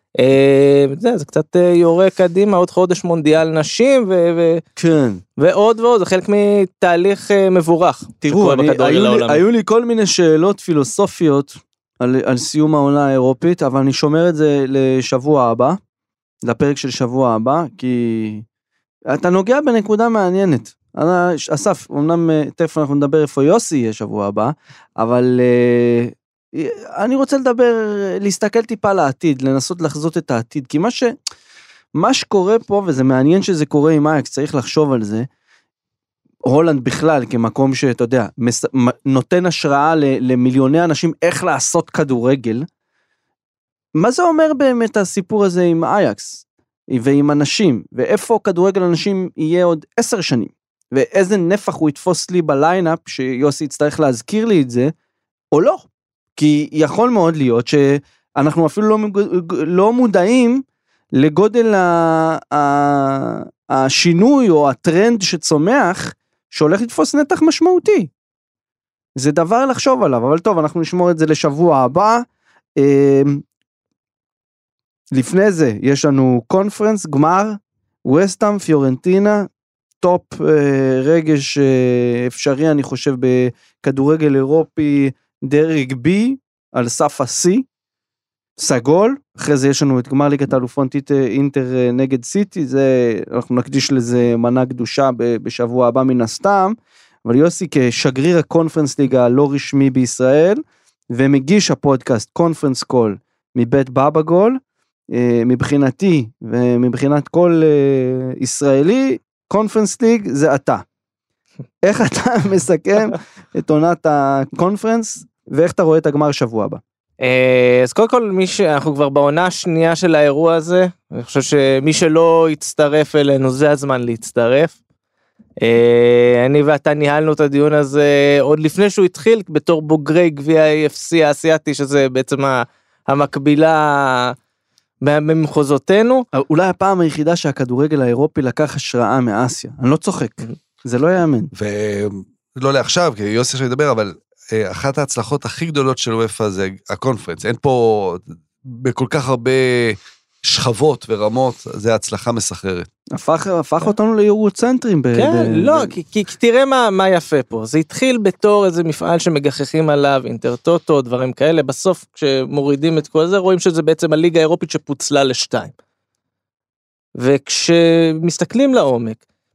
זה קצת יורה קדימה, עוד חודש מונדיאל נשים, כן. ועוד ועוד, זה חלק מתהליך מבורך. תראו, היו לי כל מיני שאלות פילוסופיות על סיום העונה האירופית, אבל אני שומר את זה לשבוע הבא, לפרק של שבוע הבא, כי אתה נוגע בנקודה מעניינת. אסף, אמנם תכף אנחנו נדבר איפה יוסי יהיה שבוע הבא, אבל אני רוצה להסתכל טיפה לעתיד, לנסות לחזות את העתיד, כי מה שקורה פה, וזה מעניין שזה קורה עם אייקס, צריך לחשוב על זה, הולנד בכלל, כמקום שאתה יודע, נותן השראה למיליוני אנשים איך לעשות כדורגל, מה זה אומר באמת הסיפור הזה עם אייקס, ועם אנשים, ואיפה כדורגל אנשים יהיה עוד 10 שנים, ואיזה נפח הוא יתפוס לי בליינאפ, שיוסי יצטרך להזכיר לי את זה, או לא. כי יכול מאוד להיות שאנחנו אפילו לא מודעים לגודל השינוי או הטרנד שצומח, שהולך לתפוס נתח משמעותי. זה דבר לחשוב עליו, אבל טוב, אנחנו נשמור את זה לשבוע הבא. לפני זה יש לנו קונפרנס, גמר, ווסטהאם, פיורנטינה, טופ רגש אפשרי, אני חושב, בכדורגל אירופי, דרג בי, על סף ה-C, סגול, אחרי זה יש לנו את גמר ליגת האלופות אינטר נגד סיטי, אנחנו נקדיש לזה מנה קדושה בשבוע הבא מן הסתם, אבל יוסי כשגריר הקונפרנס ליגה הלא רשמי בישראל, ומגיש הפודקאסט קונפרנס קול מבית בבא גול, מבחינתי ומבחינת כל ישראלי, קונפרנס ליג זה אתה. איך אתה מסכם את עונת הקונפרנס, ואיך אתה רואה את הגמר שבוע הבא? אז קודם כל, אנחנו כבר בעונה השנייה של האירוע הזה, אני חושב שמי שלא יצטרף אלינו, זה הזמן להצטרף. אני ואתה ניהלנו את הדיון הזה, עוד לפני שהוא התחיל, בתור בוגרי גביע AFC האסייתי, שזה בעצם המקבילה במחוזותינו. אולי הפעם היחידה שהכדורגל האירופי לקח השראה מאסיה, אני לא צוחק. זה לא יאמן. ולא לעכשיו, כי יוסי שידבר, אבל אחת ההצלחות הכי גדולות של וופא זה הקונפרנס. אין פה בכל כך הרבה שכבות ורמות, זה הצלחה מסחררת. הפך אותנו ליורוצנטרים. כן, לא, כי תראה מה יפה פה. זה התחיל בתור איזה מפעל שמגחכים עליו, אינטרטוטו, דברים כאלה. בסוף, כשמורידים את כל זה, רואים שזה בעצם הליגה האירופית שפוצלה ל2. וכשמסתכלים לעומק,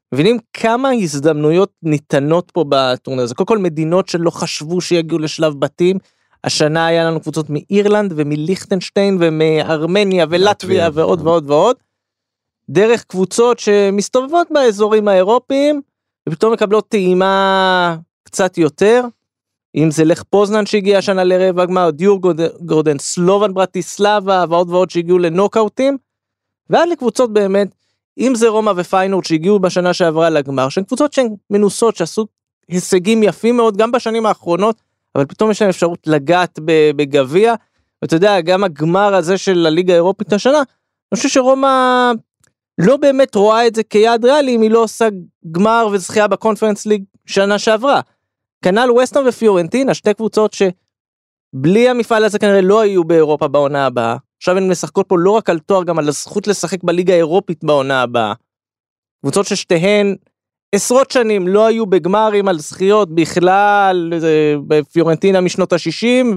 מבינים כמה הזדמנויות ניתנות פה בטורניר הזה. קודם כל מדינות שלא חשבו שיגיעו לשלב בתים, השנה היה לנו קבוצות מאירלנד ומליכטנשטיין ומארמניה ולטביה ועוד ועוד ועוד, דרך קבוצות שמסתובבות באזורים האירופיים, ופתאום מקבלות טעימה קצת יותר, אם זה לך פוזנן שהגיע השנה לרבע הגמר, דיור גורדן, סלובן ברטיסלבה ועוד ועוד שהגיעו לנוקאוטים, ועד לקבוצות באמת, אם זה רומא ופיינורד שהגיעו בשנה שעברה לגמר, שהן קבוצות שהן מנוסות, שעשו הישגים יפים מאוד גם בשנים האחרונות, אבל פתאום יש להם אפשרות לגעת בגביע, ואתה יודע, גם הגמר הזה של הליגה האירופית השנה, אני חושב שרומא לא באמת רואה את זה כיעד ריאלי, אם היא לא עושה גמר וזכייה בקונפרנס ליג שנה שעברה. כנ"ל ווסטהאם ופיורנטינה, שתי קבוצות שבלי המפעל הזה כנראה לא היו באירופה בעונה הבאה, עכשיו הן משחקות פה לא רק על תואר, גם על הזכות לשחק בליגה האירופית בעונה הבאה. קבוצות ששתיהן עשרות שנים לא היו בגמרים על זכיות בכלל, בפיורנטינה משנות ה-60,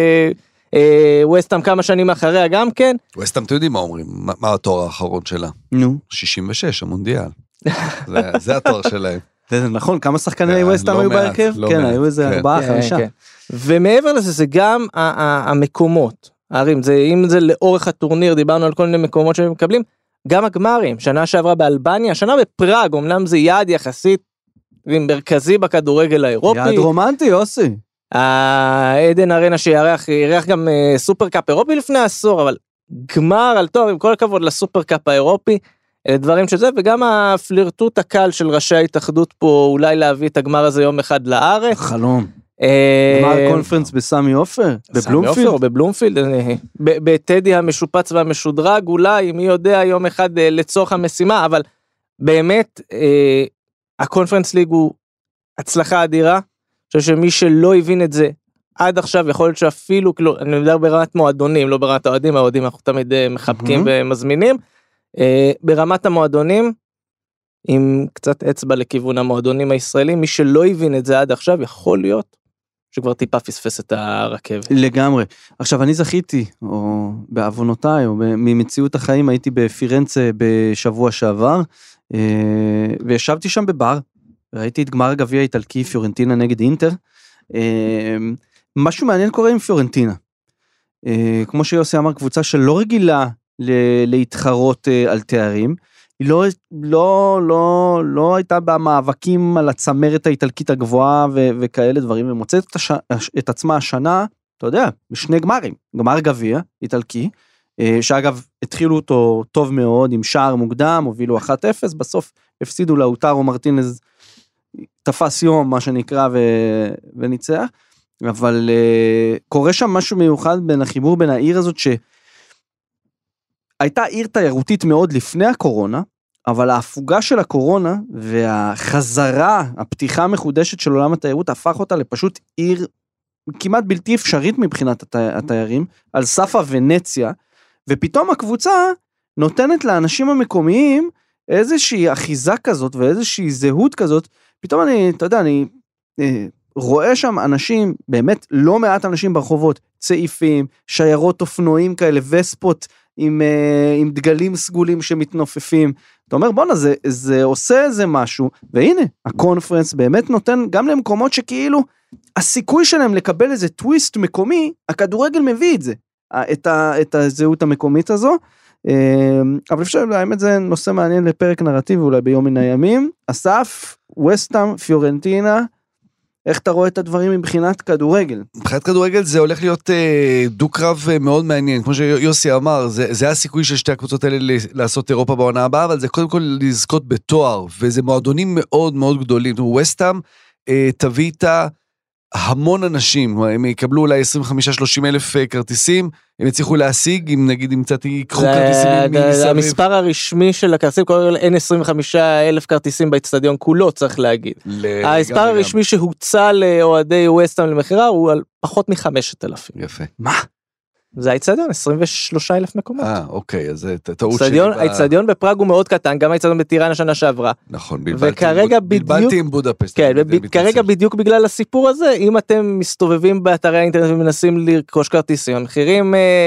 וווסטהאם כמה שנים אחריה גם כן. ווסטהאם, אתם יודעים מה אומרים? מה התואר האחרון שלה? נו. 66, המונדיאל. זה התואר שלהם. זה נכון, כמה שחקני ווסטהאם היו בהרכב? כן, היו איזה 4-5. ומעבר לזה, זה גם המקומות, הערים, אם זה לאורך הטורניר, דיברנו על כל מיני מקומות שהם מקבלים, גם הגמרים, שנה שעברה באלבניה, שנה בפראג, אמנם זה יעד יחסית מרכזי בכדורגל האירופי. יעד רומנטי, יוסי. העדן ארנה שירח גם סופר קאפ אירופי לפני עשור, אבל גמר על תואר, עם כל הכבוד לסופר קאפ האירופי, דברים שזה, וגם הפלירטוט הקל של ראשי ההתאחדות פה, אולי להביא את הגמר הזה יום אחד לארץ. חלום. גמר קונפרנס בסמי עופר, בבלומפילד. או בבלומפילד, בטדי המשופץ והמשודרג, אולי, מי יודע, יום אחד לצורך המשימה, אבל באמת, הקונפרנס ליג הוא הצלחה אדירה, אני חושב שמי שלא הבין את זה עד עכשיו, יכול להיות שאפילו, אני מדבר ברמת מועדונים, לא ברמת האוהדים, האוהדים אנחנו תמיד מחבקים ומזמינים, ברמת המועדונים, עם קצת אצבע לכיוון המועדונים הישראלים, מי שלא הבין את זה עד עכשיו, יכול להיות שכבר טיפה פספס את הרכבת. לגמרי. עכשיו, אני זכיתי, או בעוונותיי, או ממציאות החיים, הייתי בפירנצה בשבוע שעבר, וישבתי שם בבר, ראיתי את גמר הגביע האיטלקי, פיורנטינה נגד אינטר, משהו מעניין קורה עם פיורנטינה. כמו שיוסי אמר, קבוצה שלא רגילה להתחרות על תארים, היא לא הייתה במאבקים על הצמרת האיטלקית הגבוהה וכאלה דברים, ומוצאת את עצמה השנה, אתה יודע, בשני גמרים, גמר גביע איטלקי, שאגב התחילו אותו טוב מאוד, עם שער מוקדם, הובילו 1-0, בסוף הפסידו לאוטרו מרטינז, תפס יום מה שנקרא וניצח, אבל קורה שם משהו מיוחד בין החיבור בין העיר הזאת, שהייתה עיר תיירותית מאוד לפני הקורונה, אבל ההפוגה של הקורונה והחזרה, הפתיחה המחודשת של עולם התיירות, הפך אותה לפשוט עיר כמעט בלתי אפשרית מבחינת התיירים, על סף הוונציה, ופתאום הקבוצה נותנת לאנשים המקומיים איזושהי אחיזה כזאת ואיזושהי זהות כזאת, פתאום אני רואה שם אנשים, באמת לא מעט אנשים ברחובות, צעיפים, שיירות אופנועים כאלה, וספות עם דגלים סגולים שמתנופפים, אתה אומר בונה זה עושה איזה משהו, והנה הקונפרנס באמת נותן גם למקומות שכאילו הסיכוי שלהם לקבל איזה טוויסט מקומי, הכדורגל מביא את זה, את הזהות המקומית הזו, אבל אפשר להאם את זה נושא מעניין לפרק נרטיבי אולי ביום מן הימים. אסף, ווסטהאם, פיורנטינה, איך אתה רואה את הדברים מבחינת כדורגל? מבחינת כדורגל זה הולך להיות דו-קרב מאוד מעניין, כמו שיוסי אמר, זה הסיכוי של שתי הקבוצות האלה לעשות אירופה בעונה הבאה, אבל זה קודם כל לזכות בתואר, וזה מועדונים מאוד מאוד גדולים. ווסטהאם תביא איתה המון אנשים, הם יקבלו אולי 25-30 אלף כרטיסים, הם יצליחו להשיג, אם נגיד אם קצת ייקחו כרטיסים מסביב. המספר הרשמי של הכרטיסים, כולל אין 25,000 כרטיסים באצטדיון כולו, צריך להגיד. המספר הרשמי שהוצא לאוהדי ווסטהאם למחירה, הוא על פחות מ-5,000. יפה. מה? זה האצטדיון, 23,000 מקומות. אוקיי, אז זה טעות שלי. האצטדיון בפראג הוא מאוד קטן, גם האצטדיון בטיראנה שנה שעברה. נכון, בלבלתי עם בודפסט. כן, וכרגע בדיוק בגלל הסיפור הזה, אם אתם מסתובבים באתרי האינטרנט ומנסים לרכוש כרטיסים, המחירים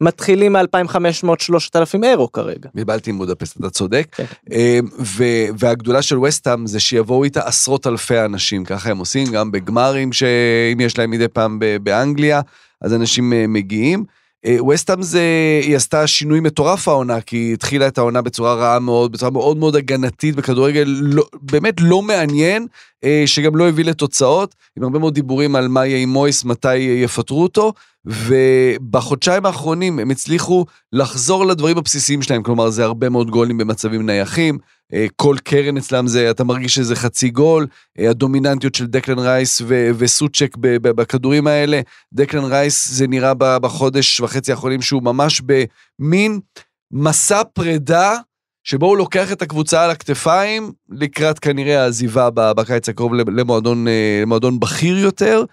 מתחילים מ-2,500-3,000 אירו כרגע. בלבלתי עם בודפסט, אתה צודק. והגדולה של וסטהאם זה שיבואו איתה עשרות אלפי אנשים, ככה הם עושים, גם בגמרים שאם יש להם מדי פעם באנגליה, אז אנשים מגיעים. וסטהאם היא עשתה שינוי מטורף העונה, כי היא התחילה את העונה בצורה רעה מאוד, בצורה מאוד מאוד הגנתית, בכדורגל באמת לא מעניין, שגם לא הביא לתוצאות, עם הרבה מאוד דיבורים על מה יהיה עם מויס, מתי יפטרו אותו, ובחודשיים האחרונים הם הצליחו לחזור לדברים הבסיסיים שלהם, כלומר זה הרבה מאוד גולים במצבים נייחים, כל קרן אצלם זה, אתה מרגיש שזה חצי גול, הדומיננטיות של דקלן רייס וסוצ'ק בכדורים האלה, דקלן רייס זה נראה בחודש וחצי האחרונים שהוא ממש במין מסע פרידה, שבו הוא לוקח את הקבוצה על הכתפיים, לקראת כנראה העזיבה בקיץ הקרוב למועדון בכיר יותר,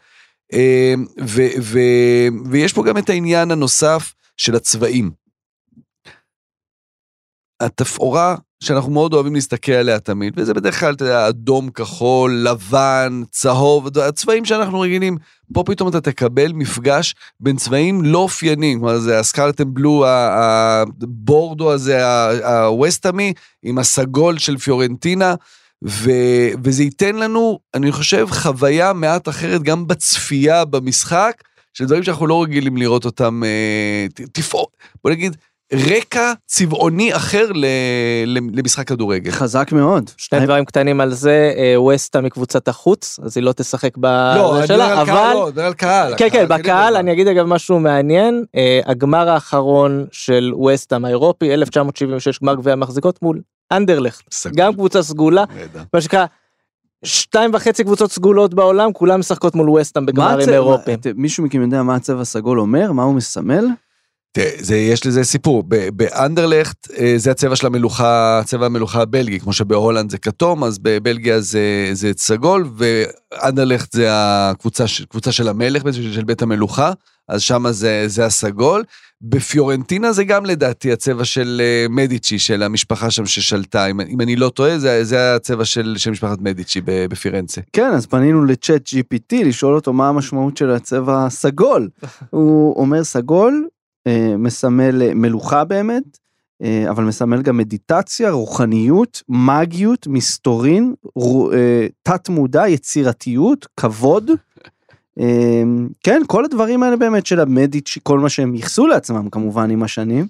ויש פה גם את העניין הנוסף של הצבעים. התפאורה שאנחנו מאוד אוהבים להסתכל עליה תמיד, וזה בדרך כלל אדום, כחול, לבן, צהוב, הצבעים שאנחנו רגילים, פה פתאום אתה תקבל מפגש בין צבעים לא אופיינים, כלומר זה הסקרלט אנד בלו, הבורדו הזה, הווסטהמי, עם הסגול של פיורנטינה, וזה ייתן לנו, אני חושב, חוויה מעט אחרת, גם בצפייה במשחק, של דברים שאנחנו לא רגילים לראות אותם, בוא נגיד, רקע צבעוני אחר למשחק כדורגל. חזק מאוד. שני דברים קטנים על זה, ווסטהאם מקבוצת החוץ, אז היא לא תשחק בשלה, אבל... לא, דבר על קהל. כן, בקהל, אני אגיד אגב משהו מעניין, הגמר האחרון של ווסטהאם האירופי, 1976, גמר גביע המחזיקות מול אנדרלכט, גם קבוצה סגולה, מה שקרה, 2.5 קבוצות סגולות בעולם, כולם משחקות מול ווסטהאם בגמרים אירופיים. מישהו מכם יודע מה הצבע הסגול אומר? מה הוא מסמל? יש לזה סיפור, באנדרלכט זה הצבע של המלוכה, צבע המלוכה הבלגי, כמו שבהולנד זה כתום, אז בבלגיה זה סגול, ואנדרלכט זה הקבוצה של המלך, של בית המלוכה, אז שם זה הסגול, בפיורנטינה זה גם לדעתי הצבע של מדיצ'י, של המשפחה שם ששלטה, אם אני לא טועה, זה הצבע של משפחת מדיצ'י בפירנצה. כן, אז פנינו לצ'אט GPT, לשאול אותו מה המשמעות של הצבע הסגול, הוא אומר סגול, מסמל מלוכה באמת, אבל מסמל גם מדיטציה, רוחניות, מגיות, מסתורין, תת מודע, יצירתיות, כבוד, כן, כל הדברים האלה באמת של המדיצ'י, כל מה שהם יחסו לעצמם כמובן עם השנים,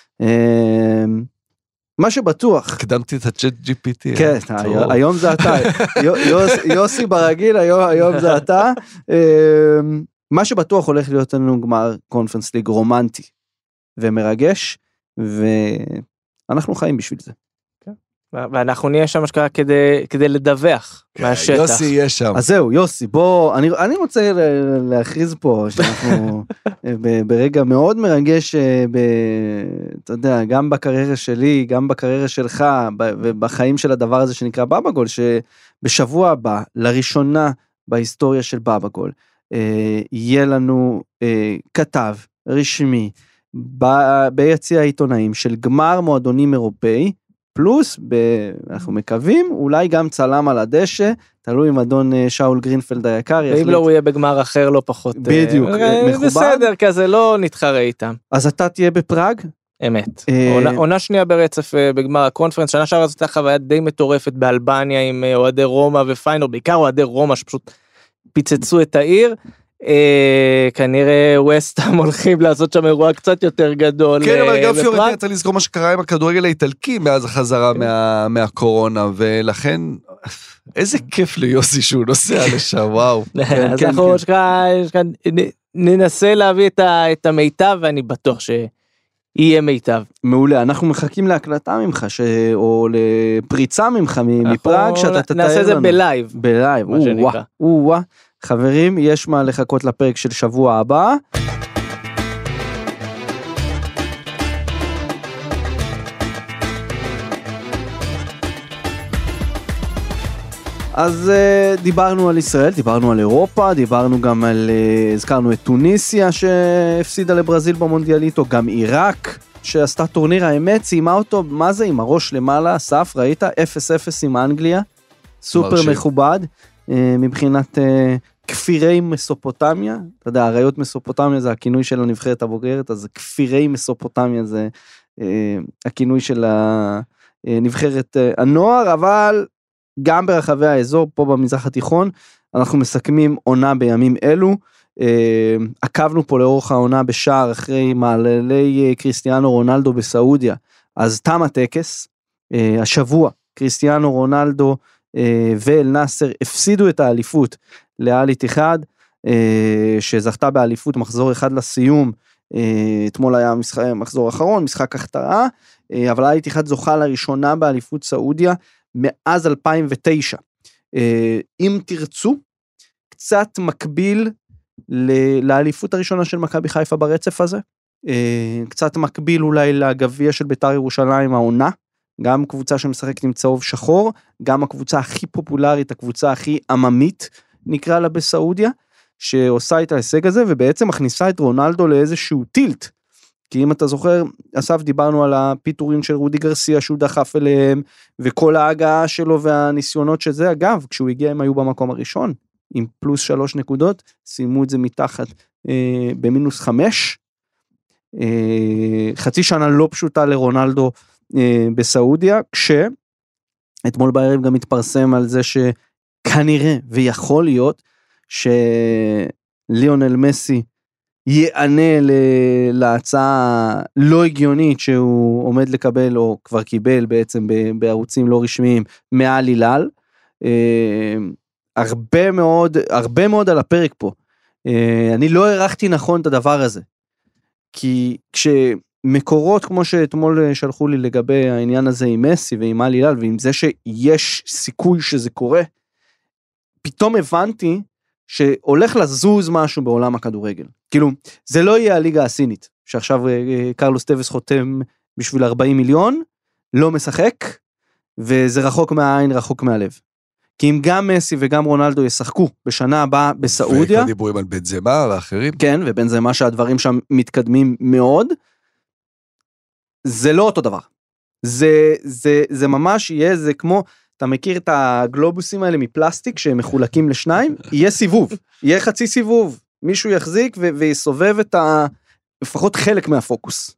מה שבטוח. הקדמתי את הצ'אט GPT. כן, היום זה אתה, יוסי ברגיל, היום זה אתה, מה שבטוח הולך להיות לנו גמר קונפרנס ליג רומנטי ומרגש, ואנחנו חיים בשביל זה. ואנחנו נהיה שם משקרה כדי לדווח מהשטח. יוסי יהיה שם. אז זהו, יוסי, בוא, אני רוצה להכריז פה, שאנחנו ברגע מאוד מרגש, אתה יודע, גם בקריירה שלי, גם בקריירה שלך, ובחיים של הדבר הזה שנקרא בבא-גול, שבשבוע הבא, לראשונה בהיסטוריה של בבא-גול, יהיה לנו כתב רשמי ביציע העיתונאים של גמר מועדונים אירופאי, פלוס, אנחנו מקווים, אולי גם צלם על הדשא, תלוי עם אדון שאול גרינפלד היקר. ואם לא הוא יהיה בגמר אחר לא פחות. בדיוק, מכובד. בסדר, כזה לא נתחרה איתם. אז אתה תהיה בפראג? אמת. עונה שנייה ברצף בגמר הקונפרנס, שנה שעברה זאת חוויה די מטורפת באלבניה עם אוהדי רומא ופיינור, בעיקר אוהדי רומא שפשוט פיצצו את העיר, כנראה ווסטהאם הולכים לעשות שם אירוע קצת יותר גדול. כן, אבל גם פיורנטינה צריך לזכור מה שקרה עם הכדורגל האיטלקי מאז החזרה מהקורונה, ולכן איזה כיף ליוסי שהוא נוסע לשם, וואו. אז אנחנו ננסה להביא את המיטב, ואני בטוח שיהיה מיטב. מעולה, אנחנו מחכים להקלטה ממך, או לפריצה ממך מפראג, שאתה תתאר לנו. נעשה את זה בלייב. בלייב, וואו. חברים, יש מה לחכות לפרק של שבוע הבא. אז דיברנו על ישראל, דיברנו על אירופה, דיברנו גם על, הזכרנו את טוניסיה שהפסידה לברזיל במונדיאליטו, גם עיראק שעשתה טורניר, האמת, סיימה אותו, מה זה עם הראש למעלה, סף, ראית? 0-0 עם אנגליה, סופר מכובד. מבחינת כפירי מסופוטמיה, אתה יודע, אריות מסופוטמיה זה הכינוי של הנבחרת הבוגרת, אז כפירי מסופוטמיה זה הכינוי של הנבחרת הנוער, אבל גם ברחבי האזור, פה במזרח התיכון, אנחנו מסכמים עונה בימים אלו, עקבנו פה לאורך העונה בשער אחרי מעללי קריסטיאנו רונלדו בסעודיה, אז תם הטקס, השבוע קריסטיאנו רונלדו ואל נאסר הפסידו את האליפות לאל איתיחאד, שזכתה באליפות מחזור אחד לסיום, אתמול היה מחזור אחרון, משחק הכתרה, אבל אל איתיחאד זוכה לראשונה באליפות סעודיה מאז 2009. אם תרצו, קצת מקביל לאליפות הראשונה של מכבי חיפה ברצף הזה, קצת מקביל אולי לגביע של בית"ר ירושלים העונה, גם קבוצה שמשחקת עם צהוב שחור, גם הקבוצה הכי פופולרית, הקבוצה הכי עממית, נקרא לה בסעודיה, שעושה את ההישג הזה, ובעצם מכניסה את רונלדו לאיזשהו טילט, כי אם אתה זוכר, אסף דיברנו על הפיטורים של רודי גרסיה, שהוא דחף אליהם, וכל ההגעה שלו והניסיונות שזה, אגב, כשהוא הגיע הם היו במקום הראשון, עם פלוס 3 נקודות, סיימו את זה מתחת במינוס 5, חצי שנה לא פשוטה לרונלדו בסעודיה, כשאתמול בערב גם התפרסם על זה שכנראה ויכול להיות שליונל מסי יענה להצעה לא הגיונית שהוא עומד לקבל או כבר קיבל בעצם בערוצים לא רשמיים מעל הילל, הרבה מאוד על הפרק פה, אני לא הערכתי נכון את הדבר הזה, כי כשמקורות כמו שאתמול שלחו לי לגבי העניין הזה עם מסי ועם מעל הילל ועם זה שיש סיכוי שזה קורה, פתאום הבנתי שהולך לזוז משהו בעולם הכדורגל, כאילו זה לא יהיה הליגה הסינית, שעכשיו קרלוס טוויס חותם בשביל 40 מיליון, לא משחק, וזה רחוק מהעין, רחוק מהלב. כי אם גם מסי וגם רונלדו ישחקו בשנה הבאה בסעודיה, וכבר דיבורים על בנזמה ואחרים. כן, ובנזמה שהדברים שם מתקדמים מאוד, זה לא אותו דבר. זה ממש יהיה, זה כמו, אתה מכיר את הגלובוסים האלה מפלסטיק שהם מחולקים לשניים, יהיה סיבוב, יהיה חצי סיבוב, מישהו יחזיק ויסובב את לפחות חלק מהפוקוס.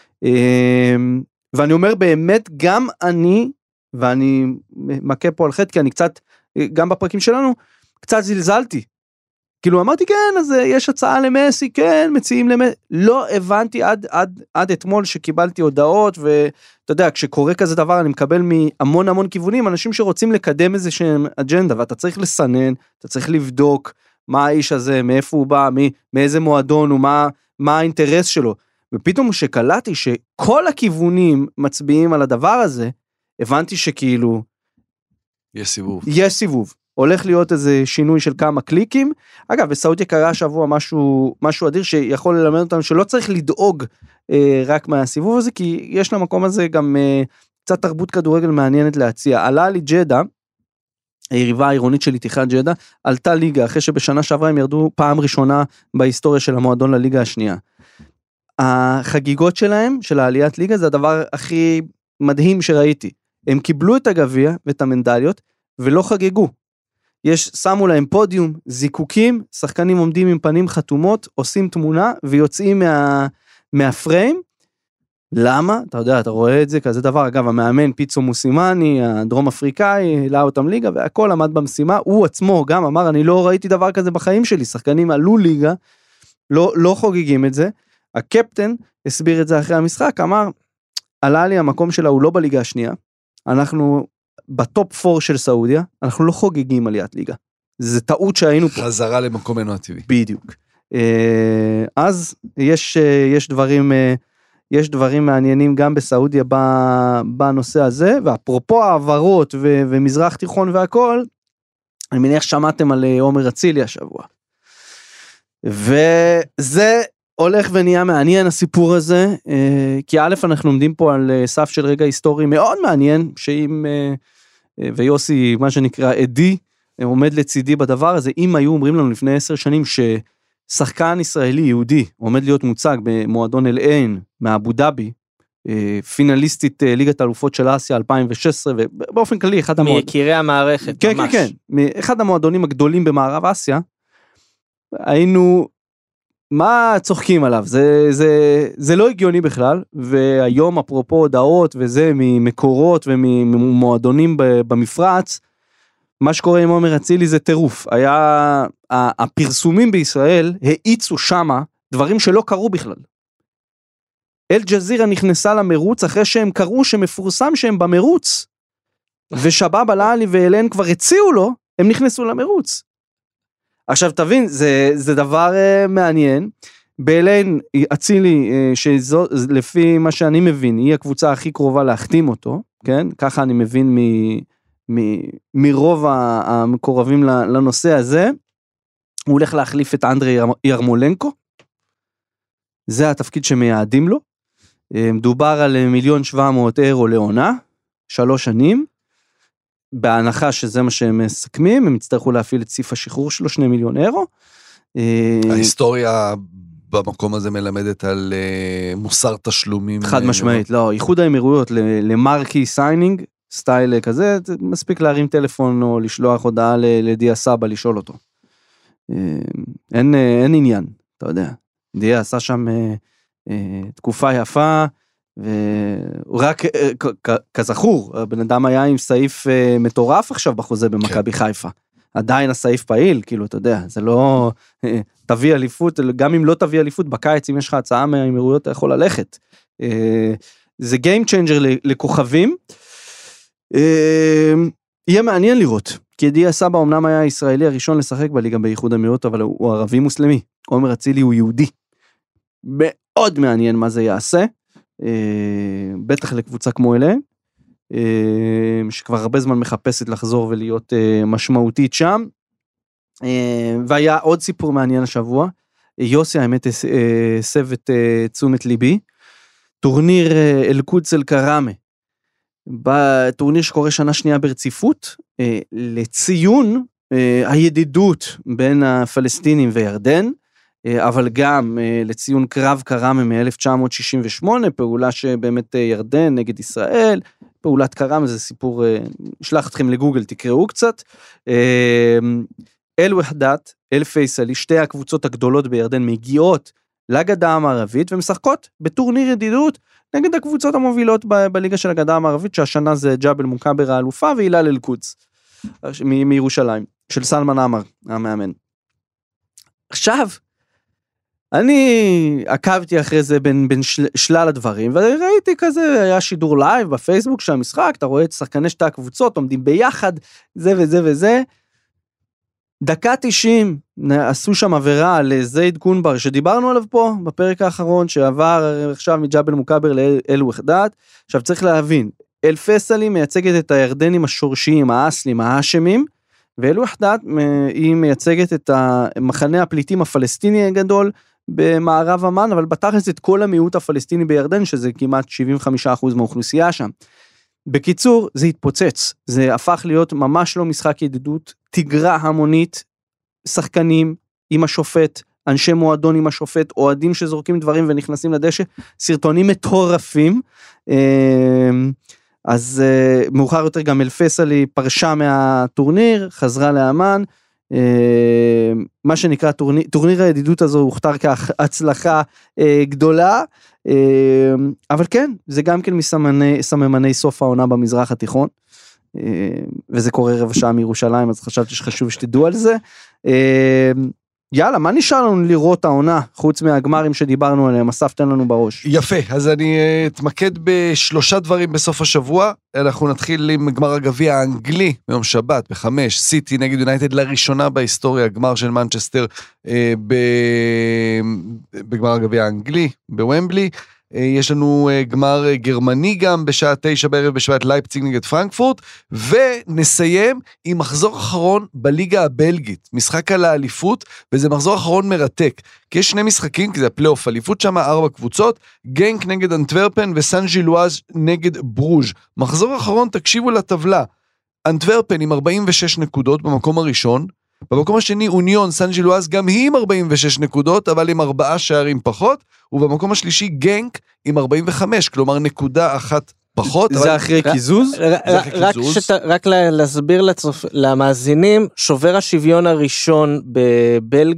ואני אומר באמת, גם אני, ואני מכה פה על חטא, כי אני קצת, גם בפרקים שלנו, קצת זלזלתי. כאילו אמרתי, כן, אז יש הצעה למסי, כן, מציעים למסי, לא הבנתי עד אתמול שקיבלתי הודעות, ואתה יודע, כשקורה כזה דבר, אני מקבל מהמון כיוונים, אנשים שרוצים לקדם איזושהי אג'נדה, ואתה צריך לסנן, אתה צריך לבדוק מה האיש הזה, מאיפה הוא בא, מאיזה מועדון, ומה האינטרס שלו, ופתאום שקלטתי שכל הכיוונים מצביעים על הדבר הזה, הבנתי שכאילו, יש סיבוב. הולך להיות איזה שינוי של כמה קליקים, אגב, בסעודיה קרה השבוע משהו אדיר, שיכול ללמד אותנו שלא צריך לדאוג רק מהסיבוב הזה, כי יש למקום הזה גם קצת תרבות כדורגל מעניינת להציע. עלה לי ג'דה, היריבה העירונית של איתיחאד ג'דה, עלתה ליגה, אחרי שבשנה שעברה הם ירדו פעם ראשונה בהיסטוריה של המועדון לליגה השנייה. החגיגות שלהם, של העליית ליגה, זה הדבר הכי מדהים שראיתי. הם קיבלו את הגביע ואת המנדליות, ולא חגגו. שמו להם פודיום, זיקוקים, שחקנים עומדים עם פנים חתומות, עושים תמונה, ויוצאים מהפריים. למה? אתה יודע, אתה רואה את זה כזה דבר, אגב, המאמן פיצו מוסימני, הדרום אפריקאי, העלה אותם ליגה, והכל עמד במשימה, הוא עצמו גם אמר, אני לא ראיתי דבר כזה בחיים שלי, שחקנים עלו ליגה, לא חוגגים את זה, הקפטן הסביר את זה אחרי המשחק, אמר, עלה לי המקום שלה, הוא לא בליגה השנייה, אנחנו בטופ 4 של סעודיה, אנחנו לא חוגגים עליית ליגה. זה טעות שהיינו פה. חזרה למקומנו הטבעי. בדיוק. אז יש דברים מעניינים גם בסעודיה בנושא הזה, ואפרופו העברות ומזרח תיכון והכל, אני מניח שמעתם על עומר אצילי השבוע. וזה הולך ונהיה מעניין הסיפור הזה, כי א' אנחנו עומדים פה על סף של רגע היסטורי מאוד מעניין, שאם, ויוסי מה שנקרא עדי, עומד לצידי בדבר הזה, אם היו אומרים לנו לפני 10 שנים ששחקן ישראלי יהודי עומד להיות מוצג במועדון אל-עין מאבו דאבי, פינליסטית ליגת האלופות של אסיה 2016, ובאופן כללי אחד מיקירי המערכת, כן, ממש. כן, אחד המועדונים הגדולים במערב אסיה, היינו, מה צוחקים עליו? זה לא הגיוני בכלל, והיום אפרופו הודעות וזה ממקורות וממועדונים במפרץ, מה שקורה עם עומר אצילי זה טירוף. הפרסומים בישראל האיצו שמה דברים שלא קרו בכלל. אל-ג'זירה נכנסה למרוץ אחרי שהם קראו שמפורסם שהם במרוץ, ושבאב אל-עלי ואלן כבר הציעו לו, הם נכנסו למרוץ. עכשיו תבין, זה דבר מעניין, באלן אצילי, שלפי מה שאני מבין, היא הקבוצה הכי קרובה להחתים אותו, כן? ככה אני מבין מרוב המקורבים לנושא הזה, הוא הולך להחליף את אנדרי ירמולנקו, זה התפקיד שמייעדים לו, מדובר על 1,700,000 אירו לעונה, 3 שנים, בהנחה שזה מה שהם מסכמים, הם יצטרכו להפעיל את סעיף השחרור שלו, 2 מיליון אירו. ההיסטוריה במקום הזה מלמדת על מוסר תשלומים. חד משמעית, לא, איחוד האמירויות למרקי סיינינג, סטייל כזה, מספיק להרים טלפון או לשלוח הודעה לדיה סבא לשאול אותו. אין עניין, אתה יודע. דיה עשה שם תקופה יפה, ורק כזכור, הבן אדם היה עם סעיף מטורף עכשיו בחוזה במכבי חיפה. עדיין הסעיף פעיל, כאילו, אתה יודע, זה לא תביא אליפות, גם אם לא תביא אליפות, בקיץ, אם יש לך הצעה מהאמירויות, אתה יכול ללכת. זה game changer לכוכבים. יהיה מעניין לראות, כי דיה סבא אמנם היה הישראלי הראשון לשחק בליגה באיחוד האמירויות, אבל הוא ערבי מוסלמי. עומר אצילי הוא יהודי. מאוד מעניין מה זה יעשה. בטח לקבוצה כמו אליהם, שכבר הרבה זמן מחפשת לחזור ולהיות משמעותית שם. והיה עוד סיפור מעניין השבוע, יוסי האמת הסב את תשומת ליבי, טורניר אל-קודס אל-קראמה, בטורניר שקורה שנה שנייה ברציפות, לציון הידידות בין הפלסטינים וירדן, אבל גם לציון קרב קראמה מ-1968, פעולה שבאמת ירדן נגד ישראל, פעולת קראמה זה סיפור, שלח אתכם לגוגל, תקראו קצת, אל-וחדת, אל-פייסלי, שתי הקבוצות הגדולות בירדן מגיעות לגדה המערבית, ומשחקות בטורניר ידידות נגד הקבוצות המובילות בליגה של הגדה המערבית, שהשנה זה ג'בל מוקבר האלופה, והילל אל-קודס, מירושלים, של סלמן עמר, המאמן. עכשיו, אני עקבתי אחרי זה בין שלל הדברים, וראיתי כזה, היה שידור לייב בפייסבוק של המשחק, אתה רואה את שחקני שתי הקבוצות, עומדים ביחד, זה וזה וזה, דקה 90, עשו שם עבירה לזייד קונבר, שדיברנו עליו פה, בפרק האחרון, שעבר עכשיו מג'בל מוקבר לאל-וחדת, עכשיו צריך להבין, אל-פייסלי מייצגת את הירדנים השורשיים, האסלים, האשמים, ואל-וחדת היא מייצגת את המחנה הפליטים הפלסטיני הגדול, במערב אמן, אבל בתכלס את כל המיעוט הפלסטיני בירדן, שזה כמעט 75% מהאוכלוסייה שם. בקיצור, זה התפוצץ, זה הפך להיות ממש לא משחק ידידות, תגרה המונית, שחקנים עם השופט, אנשי מועדון עם השופט, אוהדים שזורקים דברים ונכנסים לדשא, סרטונים מטורפים, אז מאוחר יותר גם אל-פייסלי פרשה מהטורניר, חזרה לאמן, מה שנקרא טורניר הידידות הזו הוכתר כהצלחה גדולה, אבל כן, זה גם כן מסממני סוף העונה במזרח התיכון, וזה קורה רבע שעה מירושלים, אז חשבתי שחשוב שתדעו על זה. יאללה, מה נשאר לנו לראות העונה, חוץ מהגמרים שדיברנו עליהם, אסף תן לנו בראש. יפה, אז אני אתמקד ב3 דברים בסוף השבוע, אנחנו נתחיל עם גמר הגביע האנגלי, ביום שבת, ב5, סיטי נגד יונייטד לראשונה בהיסטוריה, גמר של מנצ'סטר בגמר הגביע האנגלי, בוומבלי, יש לנו גמר גרמני גם בשעה 9 בערב בשבט לייפציג נגד פרנקפורט, ונסיים עם מחזור אחרון בליגה הבלגית, משחק על האליפות, וזה מחזור אחרון מרתק, כי יש 2 משחקים, כי זה הפלייאוף, אליפות שם 4 קבוצות, גנק נגד אנטוורפן וסן ז'ילואז' נגד ברוז'. מחזור אחרון, תקשיבו לטבלה, אנטוורפן עם 46 נקודות במקום הראשון, במקום השני אוניון סן ז'ילואז' גם היא עם 46 נקודות, אבל עם 4 שערים פחות, ובמקום השלישי גנק עם 45, כלומר נקודה אחת פחות. זה אחרי קיזוז? רק להסביר למאזינים, שובר השוויון הראשון בבלגיה,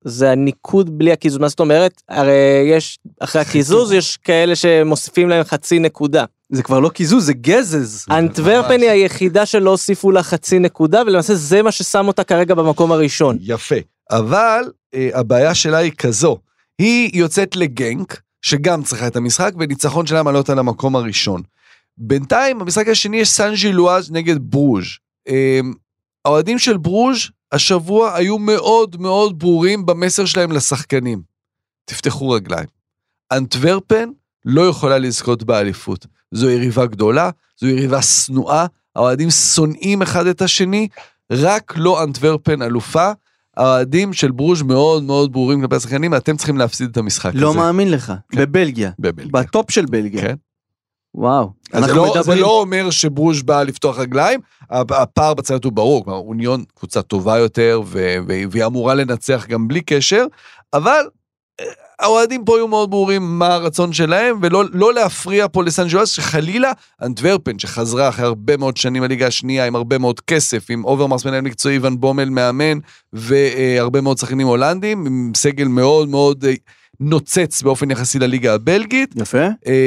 זה הניקוד בלי הקיזוז. מה זאת אומרת? הרי יש, אחרי הקיזוז, יש כאלה שמוסיפים להם 0.5 נקודה. זה כבר לא קיזוז, זה גזז. אנטוורפן היא היחידה שלא הוסיפו לה 0.5 נקודה, ולמעשה זה מה ששם אותה כרגע במקום הראשון. יפה. אבל הבעיה שלה היא כזו, היא יוצאת לגנק, שגם צריכה את המשחק, וניצחון שלה מעלה אותה למקום הראשון. בינתיים, במשחק השני יש סן ז'ילואז' נגד ברוז'. האוהדים של ברוז' השבוע היו מאוד מאוד ברורים במסר שלהם לשחקנים. תפתחו רגליים. אנטוורפן לא יכולה לזכות באליפות. זו יריבה גדולה, זו יריבה שנואה, האוהדים שונאים אחד את השני, רק לא אנטוורפן אלופה, האוהדים של ברוז' מאוד מאוד ברורים כלפי השחקנים, ואתם צריכים להפסיד את המשחק הזה. לא מאמין לך, בבלגיה. בטופ של בלגיה. כן. וואו. זה לא אומר שברוז' בא לפתוח רגליים, הפער בצד הוא ברור, כלומר, אוניון קבוצה טובה יותר, והיא אמורה לנצח גם בלי קשר, אבל האוהדים פה היו מאוד ברורים מה הרצון שלהם, ולא להפריע פה לסן ז'ילואז' שחלילה אנטוורפן, שחזרה אחרי הרבה מאוד שנים הליגה השנייה, עם הרבה מאוד כסף, עם אוברמארס מנהל מקצועי, ון בומל מאמן, והרבה מאוד שחקנים הולנדים, עם סגל מאוד מאוד נוצץ באופן יחסי לליגה הבלגית. יפה.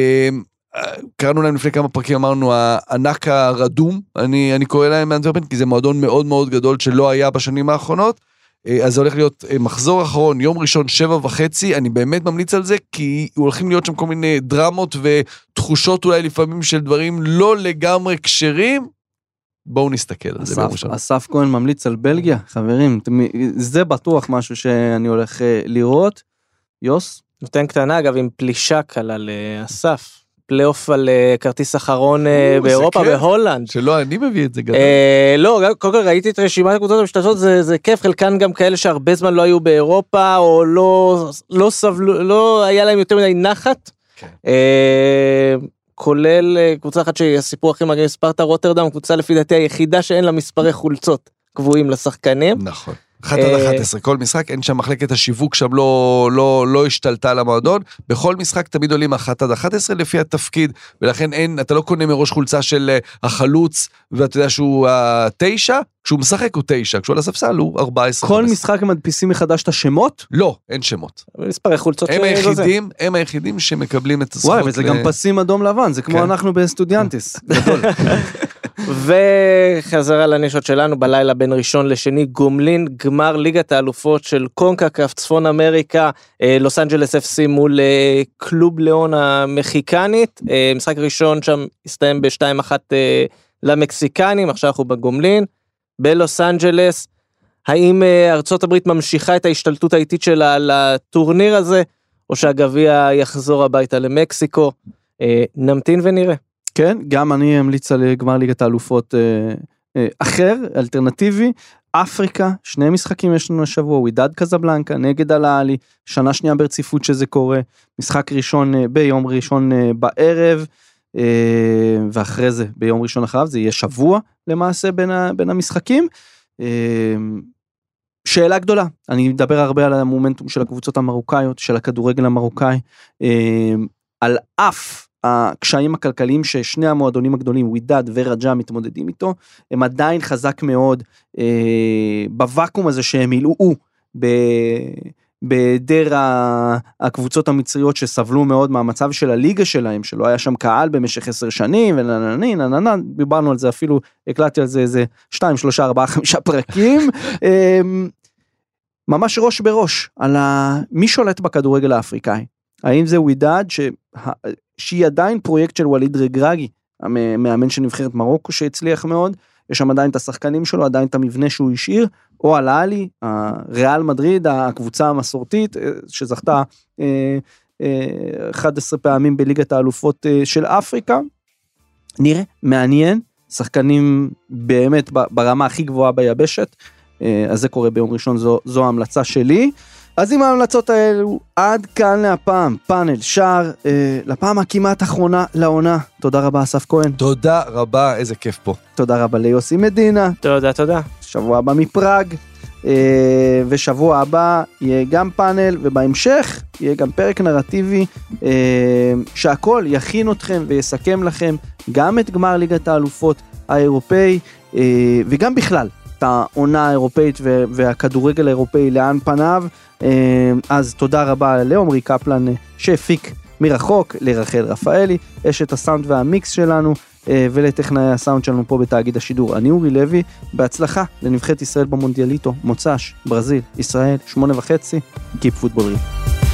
קראנו להם לפני כמה פרקים, אמרנו, הענק הרדום, אני קורא להם מאנטוורפן, כי זה מועדון מאוד מאוד גדול שלא היה בשנים האחרונות, אז זה הולך להיות מחזור אחרון, יום ראשון 7:30, אני באמת ממליץ על זה, כי הולכים להיות שם כל מיני דרמות ותחושות אולי לפעמים של דברים לא לגמרי קשרים, בואו נסתכל על זה ביום ראשון. אסף כהן ממליץ על בלגיה, חברים, זה בטוח משהו שאני הולך לראות. יוס? נותן קטנה, אגב, עם פלישה קלה לאסף. פלייאוף על כרטיס אחרון באירופה, בהולנד. שלא, אני מביא את זה גדול. לא, קודם כל ראיתי את רשימת הקבוצות המשתתפות, זה כיף, חלקן גם כאלה שהרבה זמן לא היו באירופה, או לא סבלו, לא היה להם יותר מדי נחת, כולל קבוצה אחת שהסיפור הכי מגיע, ספרטה רוטרדם, קבוצה לפי דעתי היחידה שאין לה מספרי חולצות קבועים לשחקנים. נכון. 1-11, כל משחק, אין שם מחלקת השיווק שם לא השתלטה על המועדון, בכל משחק תמיד עולים 1-11 לפי התפקיד, ולכן אתה לא קונה מראש חולצה של החלוץ, ואתה יודע שהוא 9, כשהוא משחק הוא 9, כשהוא על הספסל הוא 14. כל משחק הם מדפיסים מחדש את השמות? לא, אין שמות. מספרי חולצות הם היחידים שמקבלים את הזכות. וואי, וזה גם פסים אדום לבן, זה כמו אנחנו בסטודיאנטיס. גדול. וחזרה לנישות שלנו בלילה בין ראשון לשני, גומלין, גמר ליגת האלופות של קונקקף צפון אמריקה, לוס אנג'לס FC מול קלוב ליאון המחיקנית, משחק ראשון שם הסתיים ב-2-1 למקסיקנים, עכשיו אנחנו בגומלין, בלוס אנג'לס, האם ארצות הברית ממשיכה את ההשתלטות האיטית שלה לטורניר הזה, או שהגביע יחזור הביתה למקסיקו, נמתין ונראה. כן, גם אני אמליץ על גמר ליגת האלופות אחר, אלטרנטיבי, אפריקה, 2 משחקים יש לנו השבוע, ווידד קזבלנקה, נגד הלאלי, שנה שנייה ברציפות שזה קורה, משחק ראשון ביום ראשון בערב, ואחרי זה ביום ראשון אחריו, זה יהיה שבוע למעשה בין המשחקים, שאלה גדולה, אני מדבר הרבה על המומנטום של הקבוצות המרוקאיות, של הכדורגל המרוקאי, על אף הקשיים הכלכליים ששני המועדונים הגדולים, ווידד ורג'ה מתמודדים איתו, הם עדיין חזק מאוד בוואקום הזה שהם מילאו בהיעדר הקבוצות המצריות שסבלו מאוד מהמצב של הליגה שלהם, שלא היה שם קהל במשך 10 שנים, דיברנו על זה אפילו, הקלטתי על זה איזה 2, 3, 4, 5 פרקים, ממש ראש בראש, על מי שולט בכדורגל האפריקאי, האם זה ווידד שהיא עדיין פרויקט של וליד רגרגי, המאמן של נבחרת מרוקו שהצליח מאוד, יש שם עדיין את השחקנים שלו, עדיין את המבנה שהוא השאיר, או הלאלי, ריאל מדריד, הקבוצה המסורתית, שזכתה 11 פעמים בליגת האלופות של אפריקה, נראה, מעניין, שחקנים באמת ברמה הכי גבוהה ביבשת, אז זה קורה ביום ראשון, זו ההמלצה שלי, אז עם ההמלצות האלו, עד כאן להפעם, פאנל שער, לפעם הכמעט אחרונה לעונה. תודה רבה, אסף כהן. תודה רבה, איזה כיף פה. תודה רבה ליוסי מדינה. תודה. שבוע הבא מפראג, ושבוע הבא יהיה גם פאנל, ובהמשך יהיה גם פרק נרטיבי, שהכל יכין אתכם ויסכם לכם גם את גמר ליגת האלופות האירופאי, וגם בכלל. את העונה האירופאית והכדורגל האירופאי לאן פניו. אז תודה רבה לעומרי קפלן שהפיק מרחוק, לרחל רפאלי, אשת הסאונד והמיקס שלנו, ולטכנאי הסאונד שלנו פה בתאגיד השידור. אני אורי לוי, בהצלחה לנבחרת ישראל במונדיאליטו, מוצ"ש, ברזיל, ישראל, 8:30, קיפ פוטבול ריל.